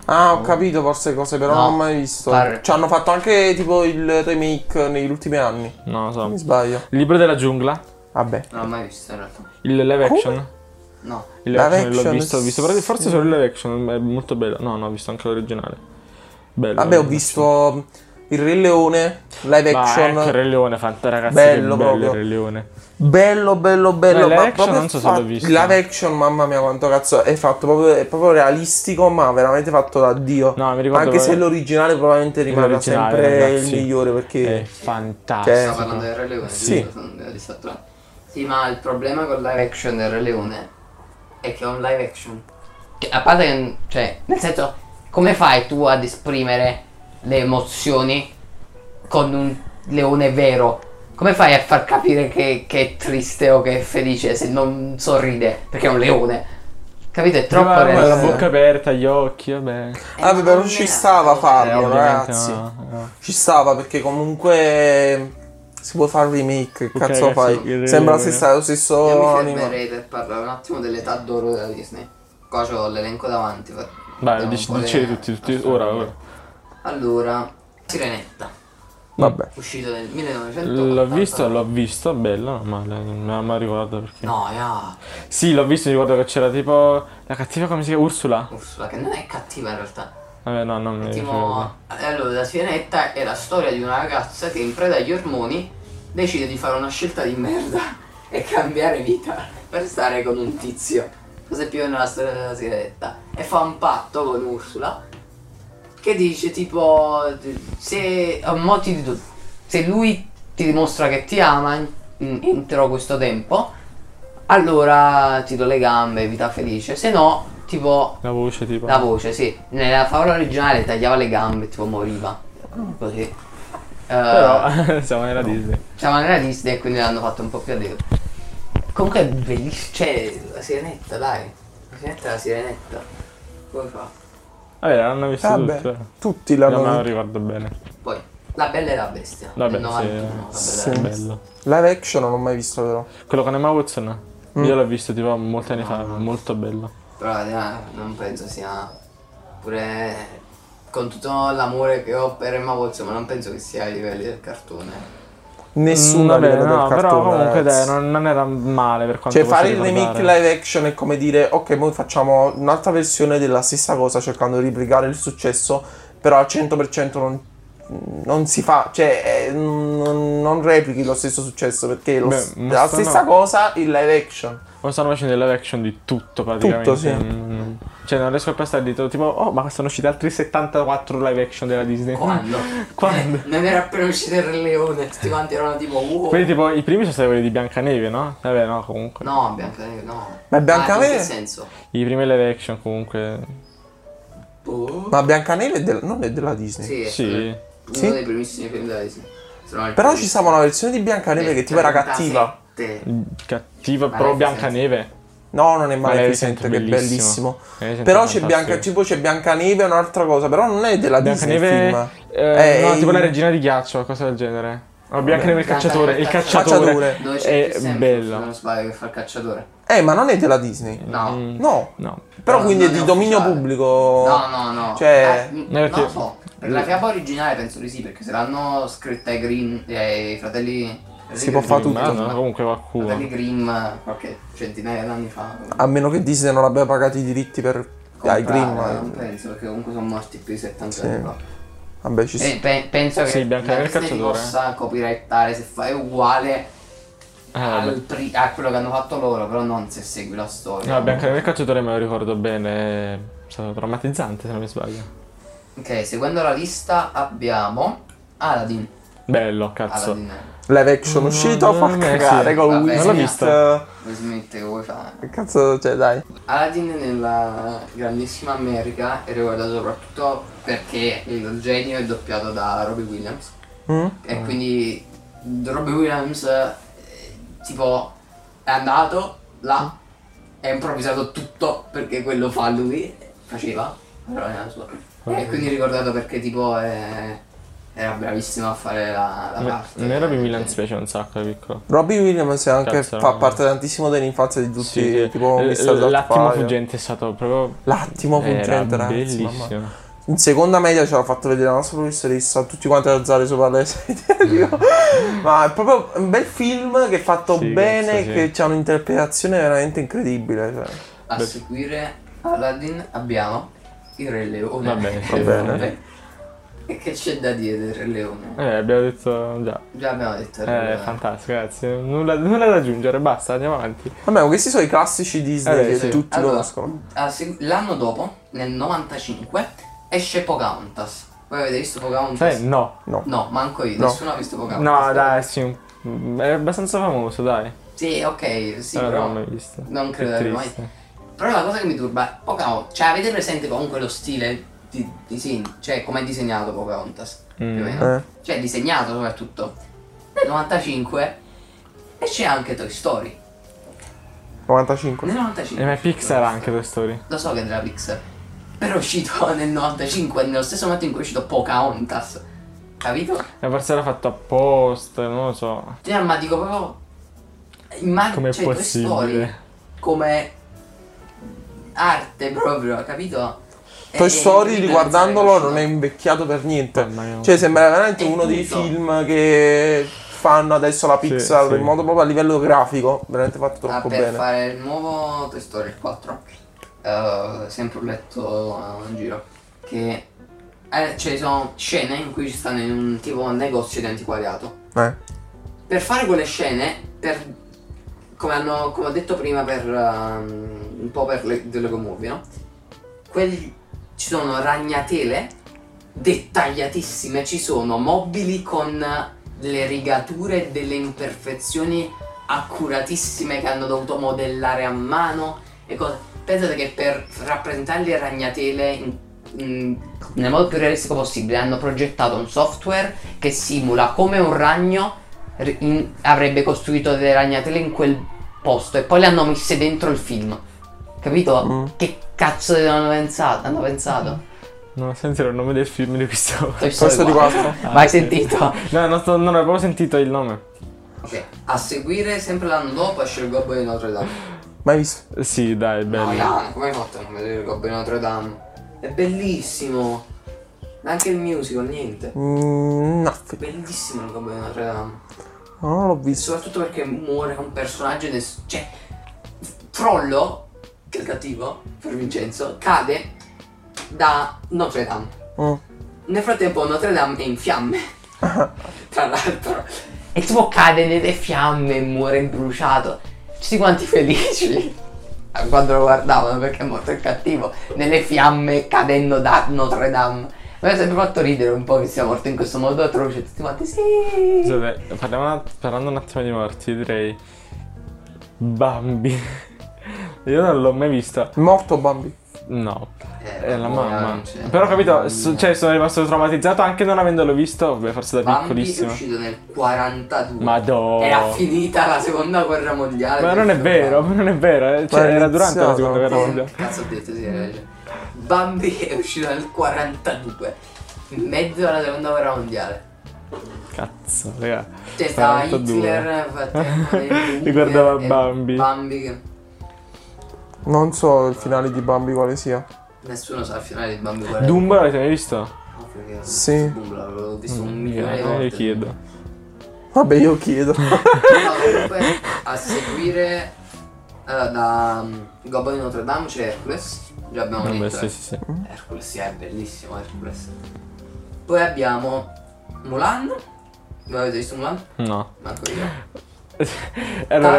Ah, ho capito forse cose, però No. non ho mai visto. Ci hanno fatto anche tipo il remake negli ultimi anni. Non lo so. Mi sbaglio. Il libro della giungla, Vabbè. Non l'ho mai visto in realtà. il live action. No. Il live Live action l'ho action, visto, però forse solo il live action, è molto bello. No, ho visto anche l'originale. Bello. Vabbè, ho visto il Re Leone, live Ma action. ecco, il Re Leone, ragazzi, Bello che bello proprio. il Re Leone. Bello. No, il live action proprio non so se l'ho visto. Il live action, mamma mia, quanto cazzo è fatto. È proprio realistico, ma veramente fatto da Dio. No, mi ricordo Anche se che- l'originale probabilmente rimarrà L'originale, sempre ragazzi, il migliore perché. È fantastico. Stavo parlando del Re Leone, Sì. giusto? Sono distratto. Sì, ma il problema con il live action del Re Leone è che è un live action. A parte che, cioè, nel senso, come fai tu ad esprimere le emozioni con un leone vero? Come fai a far capire che è triste o che è felice se non sorride? Perché è un leone. Capito? È troppo Con la realistico. bocca aperta, gli occhi, vabbè. Vabbè, però non ci è- stava a farlo, Ovviamente ragazzi. no. Ci stava perché comunque si può fare un remake. Che Ok, cazzo ragazzi, fai? il Re Sembra Leone. lo stesso Io mi anime. fermerei per parlare un attimo dell'età d'oro della Disney. Qua c'ho l'elenco davanti. Vai, vediamo un po' diceli le- tutti, ora. Allora, Sirenetta, Vabbè. uscito nel 1980. L'ho visto, bello, non male, non mi ricordo perché. No, ya, Sì, l'ho visto, mi ricordo che c'era tipo la cattiva, come si chiama? Ursula? Ursula, che non è cattiva in realtà. Vabbè, no, non mi ricordo. Allora, la Sirenetta è la storia di una ragazza che in preda agli ormoni decide di fare una scelta di merda e cambiare vita per stare con un tizio. Cos'è più o meno la storia della Sirenetta? E fa un patto con Ursula che dice tipo se se lui ti dimostra che ti ama entro questo tempo, allora ti do le gambe, vita felice, se no tipo La voce tipo. la voce, sì. Nella favola originale tagliava le gambe, tipo moriva. Così. Però siamo nella Disney. Siamo nella Disney e quindi l'hanno fatto un po' più allegro. Comunque è bellissimo. Cioè, la sirenetta, dai. La sirenetta è la sirenetta. Come fa? Vabbè, l'hanno visto Vabbè, tutti. tutti Non me l'hanno lo visto. ricordo bene. Poi, La Bella e la Bestia. Vabbè, del 91, sì, La Bella e è la Bestia. bello. Live action non l'ho mai visto però. Quello con Emma Watson? Io l'ho visto tipo molti anni fa, molto bello. Però non penso sia. Pure con tutto l'amore che ho per Emma Watson, ma non penso che sia ai livelli del cartone. Nessuno a Vabbè, livello no, del però cartone, comunque ragazzi. dai, non era male per quanto Cioè possa fare il remake ricordare. live action è come dire ok, noi facciamo un'altra versione della stessa cosa cercando di replicare il successo, però al 100% non si fa, cioè non replichi lo stesso successo perché Beh, ma la stanno- stessa cosa il live action. O stanno facendo il live action di tutto praticamente. Tutto, sì. Cioè non riesco a passare dietro tipo, oh ma sono usciti altri 74 live action della Disney. Quando? Quando? Non era appena uscito il Re Leone, tutti quanti erano tipo wow. Quelli tipo, i primi sono stati quelli di Biancaneve, no? Vabbè no, comunque. No, Biancaneve no. Ma Biancaneve- in che senso? I primi live action comunque. Oh. Ma Biancaneve non è della Disney. Sì, è Sì. uno Sì? dei primissimi film della Disney. Se no il Però ci primissimo. stava una versione di Biancaneve che tipo era cattiva. 37. Cattiva, Ma però lei Biancaneve. No, non è Maleficent, Maleficent, che è bellissimo. Maleficent Però è c'è fantastico. tipo c'è Biancaneve e un'altra cosa, però non è della Disney il Biancaneve. film. No, tipo la regina di ghiaccio, qualcosa del genere. No, Biancaneve il cacciatore. Il Cacciatore. cacciatore. Dove c'è È Chris Hemsworth, bello. se non sbaglio, che fa il cacciatore. Ma non è della Disney. No. No. No. Però No, quindi è non di è dominio ufficiale. pubblico. No. Cioè, non perché- lo so. Per la fiaba originale penso di sì, perché se l'hanno scritta ai Grimm, ai fratelli. Si può fare tutto. Ma no, comunque qualcuno. Fratelli Grimm qualche centinaia d'anni fa. a meno che Disney non abbia pagato i diritti per ai Comprare, Grimm. Non penso, perché comunque sono morti più di 70 anni fa. Vabbè, ci sta. Penso che Sì, Biancaneve la il Disney ti cacciatore. possa copyrighttare se fai uguale Vabbè. a quello che hanno fatto loro, però non se segui la storia. No, Biancaneve il cacciatore me lo ricordo bene. È stato traumatizzante se non mi sbaglio. Ok, seguendo la lista abbiamo Aladdin. Bello, cazzo. Aladdin. Live action uscito, fa sì. cagare con Vabbè, Will non l'ho Smith. visto. Will Smith, che vuoi fare? Che cazzo, cioè, dai. Aladdin nella grandissima America è ricordato soprattutto perché il genio è doppiato da Robbie Williams. E quindi Robbie Williams tipo è andato là e ha improvvisato tutto perché quello fa lui, faceva, però nella sua. E quindi è ricordato perché tipo era bravissimo a fare la parte. A me Robin Williams piace un sacco da piccolo. Robbie Williams è anche Cazzo, fa no. parte tantissimo dell'infanzia di tutti, Sì, tipo Mr. l'attimo Doubtfire. fuggente è stato proprio... L'attimo fuggente, era ragazzi, mamma. bellissimo. In seconda media ce l'ha fatto vedere la nostra professoressa, tutti quanti ad alzare sopra le sedie. Ma è proprio un bel film che è fatto Sì, bene, cazzo, sì. che c'ha un'interpretazione veramente incredibile. Cioè. A seguire Aladdin abbiamo il Re Leone. Vabbè, Va bene. E che c'è da dire del Re Leone? Abbiamo detto già. Già abbiamo detto il Re Leone. Fantastico, ragazzi. Nulla da aggiungere, basta, andiamo avanti. Vabbè, questi sono i classici Disney che sì. tutti Allora, conoscono. l'anno dopo, nel 95, esce Pocahontas. Voi avete visto Pocahontas? No. No, manco io, No. nessuno ha visto Pocahontas. No, dai, sì. È abbastanza famoso, dai. Sì, ok, sì, Però però non l'ho mai visto. non credo Che di averlo mai. triste. Però la cosa che mi turba è Pocahontas, cioè avete presente comunque lo stile di disegno, cioè com'è disegnato Pocahontas, più o meno. Cioè disegnato soprattutto. Nel 95 esce anche Toy Story. 95. Nel 95. Ma è Pixar anche Toy Story. Lo so che è della Pixar. Però è uscito nel 95, nello stesso momento in cui è uscito Pocahontas. Capito? Forse era fatto apposta, non lo so. Cioè, ma dico proprio. Com'è Cioè, Toy possibile? Story come arte proprio, capito? Toy Story, E- riguardandolo, e- non è invecchiato per niente. Mamma mia. Cioè, sembra veramente E uno dei punto. film che fanno adesso la Sì, Pixar sì. in modo proprio a livello grafico. Veramente fatto troppo per bene. fare il nuovo Toy Story il 4, sempre ho letto in giro che ci sono scene in cui ci stanno in un tipo un negozio di antiquariato. Per fare quelle scene, come ho detto prima, per un po' per le Lego Movie, no? Ci sono ragnatele dettagliatissime, ci sono mobili con le rigature e delle imperfezioni accuratissime che hanno dovuto modellare a mano e cose. Pensate che per rappresentare le ragnatele nel modo più realistico possibile hanno progettato un software che simula come un ragno avrebbe costruito delle ragnatele in quel posto e poi le hanno messe dentro il film. Capito? Che cazzo hanno pensato? Non ho sentito il nome del film di questo. Toy Story Story 4. Mai sentito? No, non ho proprio sentito il nome. Ok, a seguire sempre l'anno dopo esce il Gobbo di Notre Dame. Mai visto? Sì, dai, è bello. No, Ian, come hai fatto a non vedere il Gobbo di Notre Dame? È bellissimo. Ma anche il musical, niente. No, Bellissimo il Gobbo di Notre Dame. non l'ho visto. Soprattutto perché muore un personaggio cioè Frollo, che è il cattivo, per Vincenzo, cade da Notre Dame. Nel frattempo Notre Dame è in fiamme. Tra l'altro. E tipo cade nelle fiamme e muore bruciato. Tutti quanti felici quando lo guardavano perché è morto il cattivo nelle fiamme cadendo da Notre Dame. Mi ha sempre fatto ridere un po' che sia morto in questo modo atroce. Tutti quanti sì. Scusate, parlando un attimo di morti, direi Bambi. Io non l'ho mai vista. Morto Bambi. No, è la boh, mamma. non c'è. Però capito, cioè sono rimasto traumatizzato anche non avendolo visto, beh, forse da Bambi è piccolissimo. uscito nel 42. Madonna. Era finita la seconda guerra mondiale. Ma non è vero, non è vero. Cioè, era durante la seconda guerra mondiale. Cazzo ho detto, sì, hai ragione. Bambi è uscito nel 42. In mezzo alla seconda guerra mondiale. Cazzo, raga. Cioè stava 42. Hitler nel frattempo nel bunker Riguardava e Bambi. Bambi che Non so il finale di Bambi quale sia. nessuno sa il finale di Bambi qual è. Dumbo l'avete mai visto? No, perché Sì. Dumbo l'avevo visto un milione di Io volte. chiedo. Vabbè, io chiedo. No, comunque a seguire da Gobbo di Notre Dame c'è Hercules. Già abbiamo Vabbè, detto. sì, sì, sì. Hercules, sì, è bellissimo Hercules. Poi abbiamo Mulan. Voi avete visto Mulan? No. Manco io. Allora,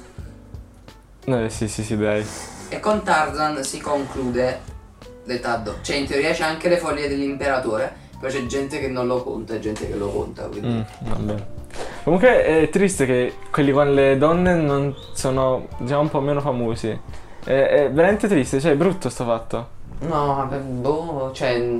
Tarzan. sì, dai. E con Tarzan si conclude l'età d'oro. Cioè in teoria c'è anche le foglie dell'imperatore. Però c'è gente che non lo conta e gente che lo conta. Quindi. Vabbè. Comunque è triste che quelli con le donne non sono, diciamo, un po' meno famosi. È veramente triste, cioè è brutto sto fatto. No, vabbè, boh, cioè.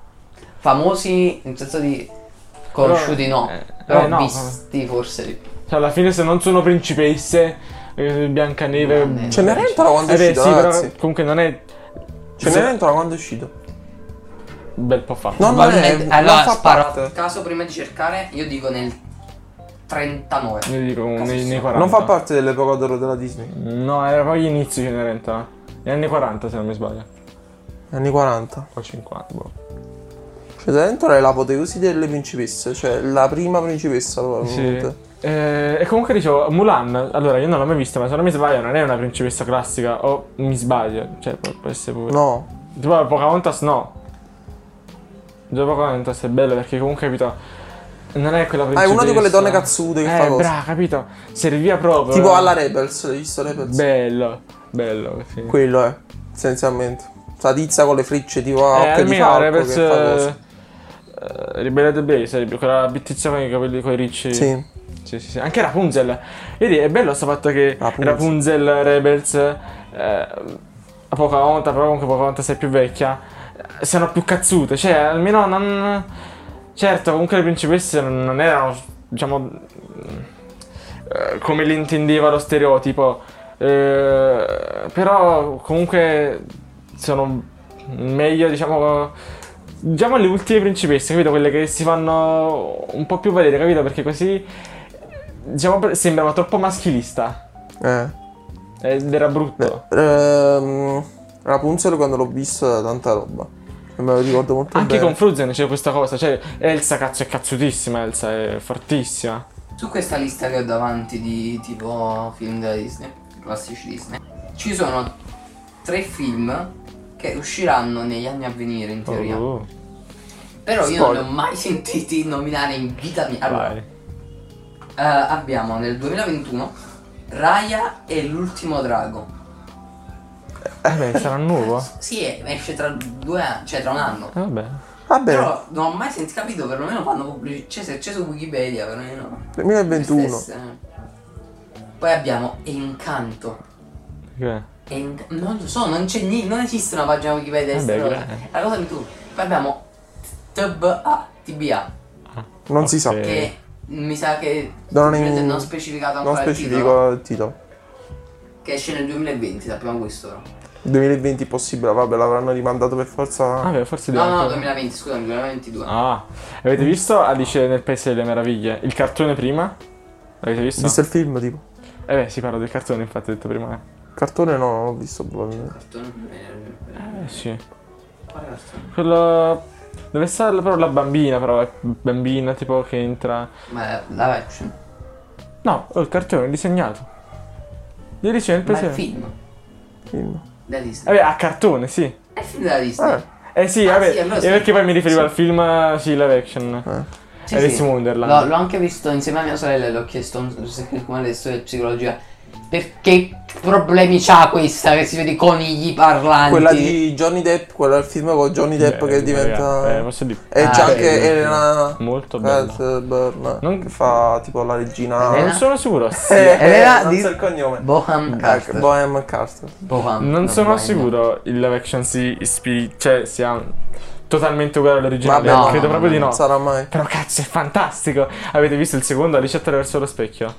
Famosi in senso di. Conosciuti no. Però no. visti forse di più. Cioè alla fine se non sono principesse, Biancaneve... No, Cenerentola quando è beh, uscito, sì, ragazzi. però comunque non è... Cenerentola quando è uscito. bel po' fa. No, Allora non fa sparo parte. a caso prima di cercare, io dico nel 39. Io dico nei 40. Non fa parte dell'epoca d'oro della Disney. No, era poi gli inizi in realtà. Gli anni 40 se non mi sbaglio. Anni 40. O 50, boh. Cioè dentro è l'apoteosi delle principesse. Cioè la prima principessa probabilmente. Sì. E comunque dicevo, Mulan, allora io non l'ho mai vista, ma se non mi sbaglio non è una principessa classica, o mi sbaglio, cioè può essere pure. No. Tipo Pocahontas no. Già Pocahontas è bello perché comunque capito, non è quella Ah, è principessa. una di quelle donne cazzute che fa cose. brava, capito? Serviva proprio. Tipo alla Rebels, hai visto Rebels? Bello, sì. Quello è, essenzialmente. Sta tizia con le frecce tipo a occhio di almeno falco Rebels, che fa cose. Ribelle the Bay sarebbe quella tizia con i capelli coi ricci. Sì. Sì. Anche Rapunzel. Vedi, è bello sto fatto che Rapunzel, Rebels, Pocahontas, però comunque Pocahontas è più vecchia, siano più cazzute. Cioè, almeno non. Certo, comunque le principesse non erano, diciamo, come le intendeva lo stereotipo. Però comunque sono meglio, diciamo le ultime principesse, capito? Quelle che si fanno un po' più valere, capito? Perché così, diciamo, sembrava troppo maschilista. Ed era brutto. Rapunzel quando l'ho vista tanta roba. E me lo ricordo molto Anche bene. con Frozen c'è questa cosa, cioè Elsa cazzo è cazzutissima, Elsa è fortissima. Su questa lista che ho davanti di tipo film della Disney, classici Disney, ci sono 3 film che usciranno negli anni a venire in teoria. Però io non li ho mai sentiti nominare in vita mia. Allora, abbiamo nel 2021 Raya e l'ultimo drago. Beh, sarà nuovo? Sì, esce tra 2 anni, cioè tra un anno. Vabbè. Però non ho mai sentito, capito, perlomeno fanno pubblicità. Cioè, se c'è su Wikipedia, perlomeno. 2021. Poi abbiamo Encanto. Che? Non lo so, non c'è niente, non esiste una pagina Wikipedia. La cosa mi tu. Poi abbiamo TBA. Non si sa. Che mi sa che non specificato ancora non specifico il titolo. Che esce nel 2020, sappiamo questo però. 2020 possibile, vabbè, l'avranno rimandato per forza. Vabbè, forse No, 2020, scusami, 2022. Ah, avete visto Alice nel Paese delle Meraviglie? Il cartone prima? L'avete visto? Visto il film, tipo? Si parla del cartone, infatti, ho detto prima. Il cartone no, non l'ho visto probabilmente. Sì. Quale cartone? Quello dove sta però la bambina tipo che entra. Ma è live action. No, il cartone è disegnato. Ieri c'è il Ma è Paese. il film della Disney. Vabbè, a cartone, sì. È il film della Disney. Sì, Ah, vabbè. sì, allora E sì. perché poi mi riferivo al film, sì, live action. Sì, Alice sì. in Wonderland. L'ho anche visto insieme a mia sorella e le ho chiesto come adesso di psicologia. Perché problemi c'ha questa che si vede conigli parlanti? Quella di Johnny Depp, quello è il film con Johnny Depp che diventa. Posso dire. E c'è anche bello. Elena Molto bello. Cuthbert, che fa tipo la regina. Non sono sicuro. Elena non di- so il cognome. Boham Carter. Bohem Carter. Non sono sicuro il live action si ispiri, cioè sia totalmente uguale all'originale. Vabbè, Credo proprio di no. Non sarà mai. Però cazzo è fantastico. Avete visto il secondo? Alice attraverso lo specchio?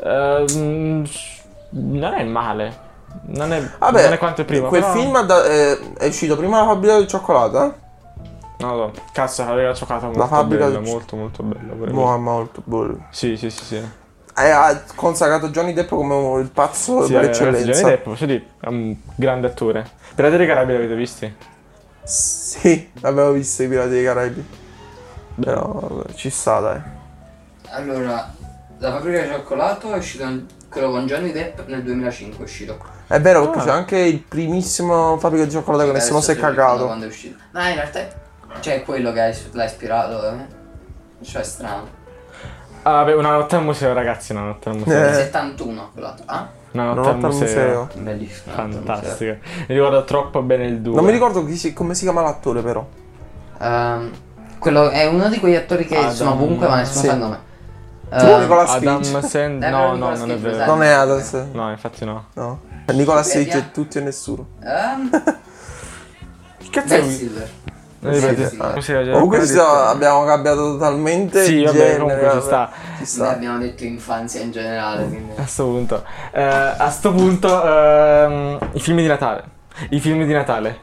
Non è male. Non è quanto è prima. Quel però... film è uscito prima la fabbrica del cioccolato, Non lo so. Cazzo, la fabbrica del cioccolato è La molto fabbrica bella, del- molto bella. pure Mo' è molto bello. Sì. Ha consacrato Johnny Depp come il pazzo Sì, per ragazzi, Johnny eccellenza. Depp, posso dire, è un grande attore. Pirati dei Caraibi l'avete visti? Sì, avevo visto i Pirati dei Caraibi. Però vabbè, ci sta, dai. Allora, la fabbrica di cioccolato è uscito quello con Johnny Depp nel 2005 è uscito. È vero, perché c'è anche il primissimo fabbrica di cioccolato che nessuno si è cagato. Quando è uscito. No, in realtà c'è quello che l'ha ispirato. Cioè è strano. Ah, vabbè, una notte al museo, ragazzi, una notte al museo. 71 quell'altro. Una Una notte al notte al museo. museo. Bellissimo. Fantastica. Mi ricordo troppo bene il 2. Non mi ricordo come si chiama l'attore, però. Quello è uno di quegli attori che sono ovunque ma nessuno sì. sa il nome. Tipo Nicolas Adam Cage. Sand... Nicolas No, non è Cage, vero. esatto. Non è Adam. No, infatti no. No. Nicolas Cage Wikipedia. è tutti e nessuno. Che cazzo è? Ben Silver. Ripeti. Sì. Così, già Comunque appena detto. abbiamo cambiato totalmente Sì, il vabbè, genere. comunque ci sta. Ci Noi sta. abbiamo detto infanzia in generale. Quindi. A sto punto, i film di Natale. I film di Natale.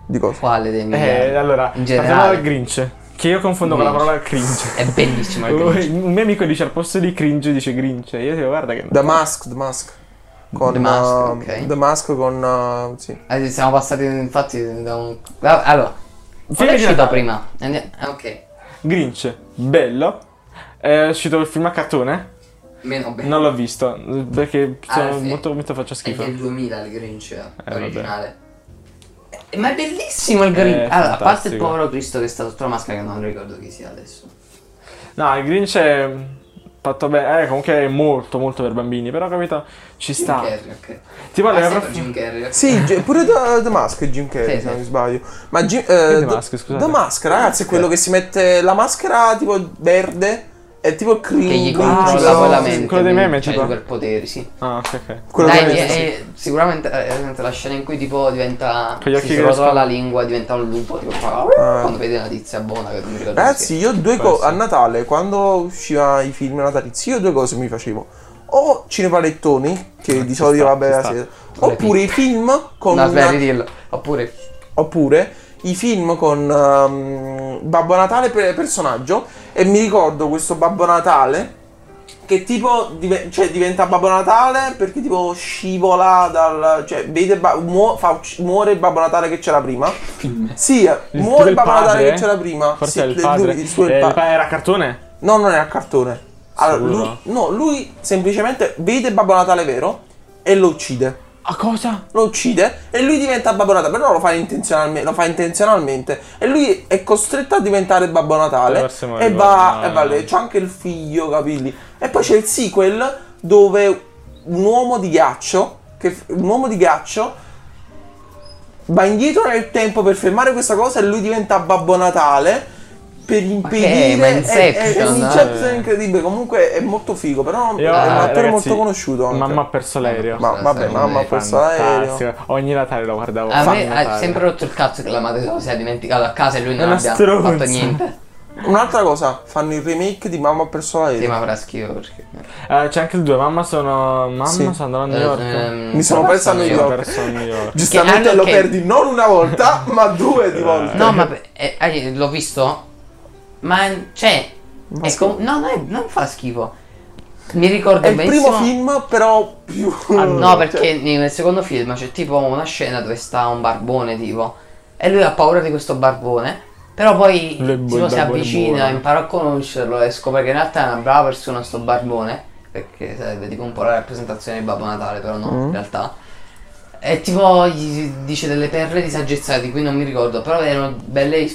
Di cosa? Quale dei migliori? Allora, in partiamo generale. dal Grinch. Che io confondo con la parola cringe. È bellissimo il Grinch. Un mio amico dice al posto di cringe dice Grinch. Io dico guarda che. The Mask. Con, The Mask, ok. The Mask con... sì. Siamo passati infatti da un... Allora, Film qual è di uscito Natale. prima? Ok. Grinch, bello. È uscito il film a cartone? Meno bene. Non l'ho visto perché sono sì. molto faccio È schifo. del 2000 il Grinch vabbè. originale. Ma è bellissimo il Grinch. Allora, a parte il fantastico. povero Cristo che sta sotto la maschera, che non ricordo chi sia adesso. No, il Grinch è fatto bene. Comunque è molto per bambini. Però capito, ci Jim sta. Carrey, ok. Tipo le sempre Jim Carrey. ok. Sì, pure The Mask è Jim Carrey, Sì, se non sì. mi sbaglio. Ma The Mask, scusate? The Mask, ragazzi, è quello che si mette la maschera tipo verde. È tipo il Che gli Grinch. controlla sì, poi la sì, mente. quello dei quindi meme, c'ha i tipo. superpoteri, sì. Ah, ok. Quello Dai, che- sicuramente la scena in cui tipo diventa. Con gli occhi Si che rotola escono. la lingua, diventa un lupo, tipo quando vede la tizia buona che non mi ricordo. Ragazzi, io due Può cose a essere. Natale, quando usciva i film natalizi, io due cose mi facevo. O cinepalettoni, che di solito sta, vabbè ci la sta. sera, Con le oppure i film con No, aspetta, una- ridirlo. Oppure i film con Babbo Natale personaggio. E mi ricordo questo Babbo Natale che tipo diventa Babbo Natale perché tipo scivola dal... cioè vede muore il Babbo Natale che c'era prima. Sì, muore il Babbo Natale che c'era prima. Forse Sì, è il padre. il suo- Il padre era cartone? No, non era cartone. Allora, Sicuro? lui semplicemente vede Babbo Natale vero e lo uccide. A cosa? Lo uccide e lui diventa Babbo Natale, però lo fa intenzionalmente e lui è costretto a diventare Babbo Natale Forse me lo e ricordo, va, no, e va no. lì. C'è anche il figlio, capelli. E poi c'è il sequel dove un uomo di ghiaccio va indietro nel tempo per fermare questa cosa e lui diventa Babbo Natale per impedire. ma È Inception, un Inception incredibile. Comunque è molto figo, però Io, è un attore ragazzi, molto conosciuto anche. Mamma ha perso l'aereo. Ma vabbè, mamma ha perso l'aereo. Fantastico. Ogni Natale lo guardavo. a Ogni me ha Natale. sempre rotto il cazzo che la madre si è dimenticato a casa e lui non È una abbia stronza. fatto niente. Un'altra cosa, fanno il remake di Mamma ha perso l'aereo. Sì, ma farà schifo perché. C'è anche il 2. Mamma sono andando a New York. Mi sono perso a New Ho York. perso a New York. Giustamente hanno lo che- perdi non una volta, ma due di volte. No, ma l'ho visto. Ma c'è. Non fa schifo. Mi ricordo È il benissimo. primo film, però più. No, perché nel secondo film c'è tipo una scena dove sta un barbone tipo. E lui ha paura di questo barbone. Però poi Lui è tipo, il si barbone avvicina, buono. impara a conoscerlo e scopre che in realtà è una brava persona sto barbone. Perché sarebbe tipo un po' la rappresentazione di Babbo Natale, però no, in realtà. E tipo gli dice delle perle di saggezza di cui non mi ricordo, però erano belle,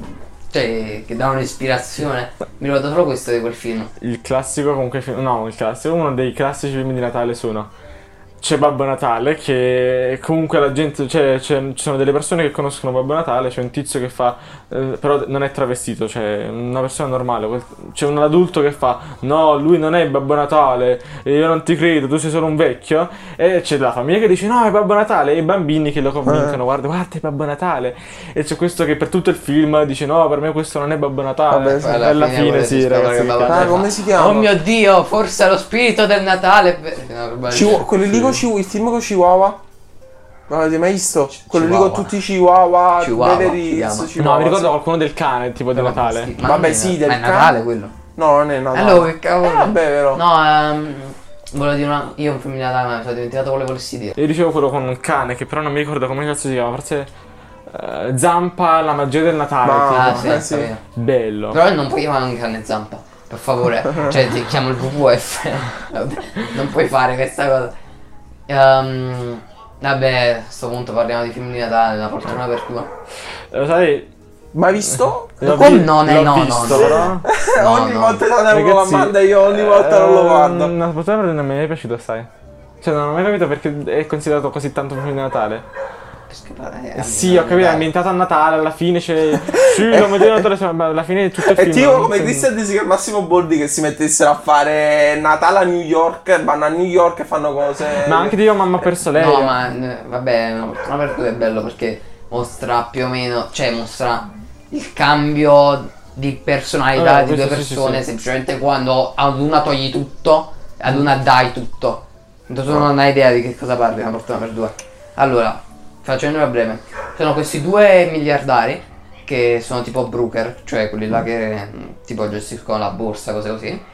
cioè che davano ispirazione. Mi ricordo solo questo di quel film. Il classico comunque no, il classico, uno dei classici film di Natale sono c'è Babbo Natale che comunque la gente, ci sono delle persone che conoscono Babbo Natale, c'è un tizio che fa però non è travestito, cioè una persona normale, c'è un adulto che fa no, lui non è Babbo Natale, io non ti credo, tu sei solo un vecchio, e c'è la famiglia che dice no, è Babbo Natale, e i bambini che lo convincono, guarda è Babbo Natale, e c'è questo che per tutto il film dice no, per me questo non è Babbo Natale. Vabbè, sì. E alla fine sì, ragazzi, che Babbo Natale come fa, si chiama? oh mio Dio, forse è lo spirito del Natale. Quelli lì con il film con Chihuahua. Non l'avete mai visto? Quello lì con Chihuahua. tutti i Chihuahua. Chihuahua, Beverly si Hills, chiama. Chihuahua, No, mi ricordo sì. qualcuno del cane, tipo di Natale. Vabbè, sì, del ma è cane. Natale quello. No, non è Natale. Allora, che cavolo. Vabbè, vero. No, volevo dire io un film di Natale, ma mi sono dimenticato quello che volessi dire. Io dicevo quello con un cane, che però non mi ricordo come cazzo si chiama, forse Zampa, la magia del Natale. Ma- tipo. sì. capito. Bello. Però non puoi chiamare un cane Zampa, per favore. Cioè, ti chiamo il WWF. Vabbè, non puoi fare questa cosa. Vabbè, a sto punto parliamo di film di Natale, una fortuna per culo. Lo sai? Mai visto? l'ho Come vi- no, l'ho no, visto, no. però. Ogni volta che andiamo con la Ragazzi, banda io ogni volta non lo guardo. Non potrebbe non mi è piaciuto assai. Cioè, non ho mai capito perché è considerato così tanto un film di Natale. Sì, ho capito, è ambientato a Natale, alla fine c'è. Sì, la magia di Natale, ma alla fine tutto il È film. tipo come non- Christian De Sica e Massimo Boldi che si mettessero a fare Natale a New York, vanno a New York e fanno cose. Ma anche Dio mamma ha perso lei. No, ma vabbè, una fortuna per culo è bello perché mostra più o meno, cioè mostra il cambio di personalità di due questo sì, persone, sì. semplicemente quando ad una togli tutto, ad una dai tutto. Tu non hai idea di che cosa parli, una fortuna per due. Allora, Facendolo breve, sono questi due miliardari che sono tipo broker, cioè quelli là che tipo gestiscono la borsa, cose così,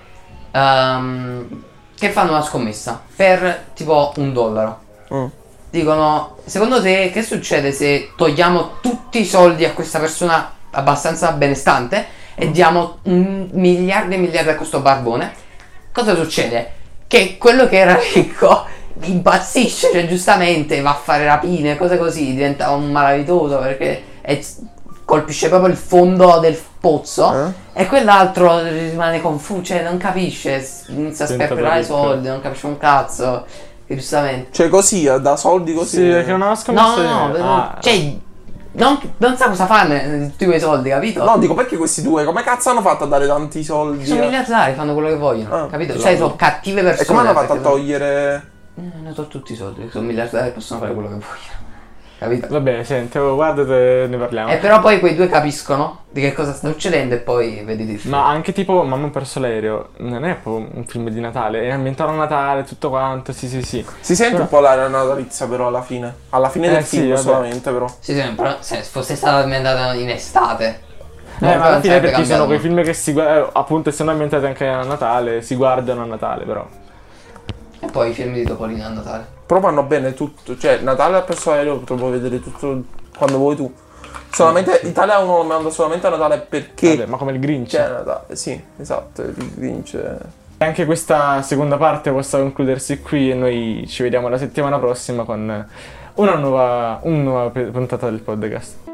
che fanno una scommessa per tipo $1. Dicono, secondo te che succede se togliamo tutti i soldi a questa persona abbastanza benestante e diamo miliardi e miliardi a questo barbone? Cosa succede? Che quello che era ricco impazzisce, cioè giustamente va a fare rapine, cose così, diventa un malavitoso perché colpisce proprio il fondo del pozzo e quell'altro rimane confuso, cioè non capisce, inizia a sperperare i soldi, non capisce un cazzo, giustamente. Cioè così, da soldi così. Sì, perché non ho scommesso. Cioè non sa cosa farne di tutti quei soldi, capito? No, dico perché questi due, come cazzo hanno fatto a dare tanti soldi? Sono miliardari, fanno quello che vogliono, capito? Esatto. Cioè sono cattive persone. E come hanno fatto a togliere? Non so tutti i soldi, sono miliardari, possono fare quello che vogliono. Capito? Vabbè, senti, guardate, ne parliamo. Però poi quei due capiscono di che cosa sta succedendo e poi vedi di film. Ma anche tipo Mamma ho perso l'aereo non è proprio un film di Natale, è ambientato a Natale, tutto quanto, sì. Si sente un po' l'aria natalizia però alla fine. Alla fine del film vabbè. solamente però. Sì, però se fosse stata ambientata in estate. Ma alla non fine sarebbe perché sono cambiato quei film che si guardano, appunto essendo ambientati anche a Natale, si guardano a Natale però. E poi i film di Topolino a Natale. Però vanno bene tutto, cioè Natale al perso aereo lo puoi vedere tutto quando vuoi tu. Solamente Italia 1 lo manda solamente a Natale perché Vabbè, ma come il Grinch. c'è Natale. Sì, esatto, il Grinch. E anche questa seconda parte possa concludersi qui e noi ci vediamo la settimana prossima con una nuova puntata del podcast.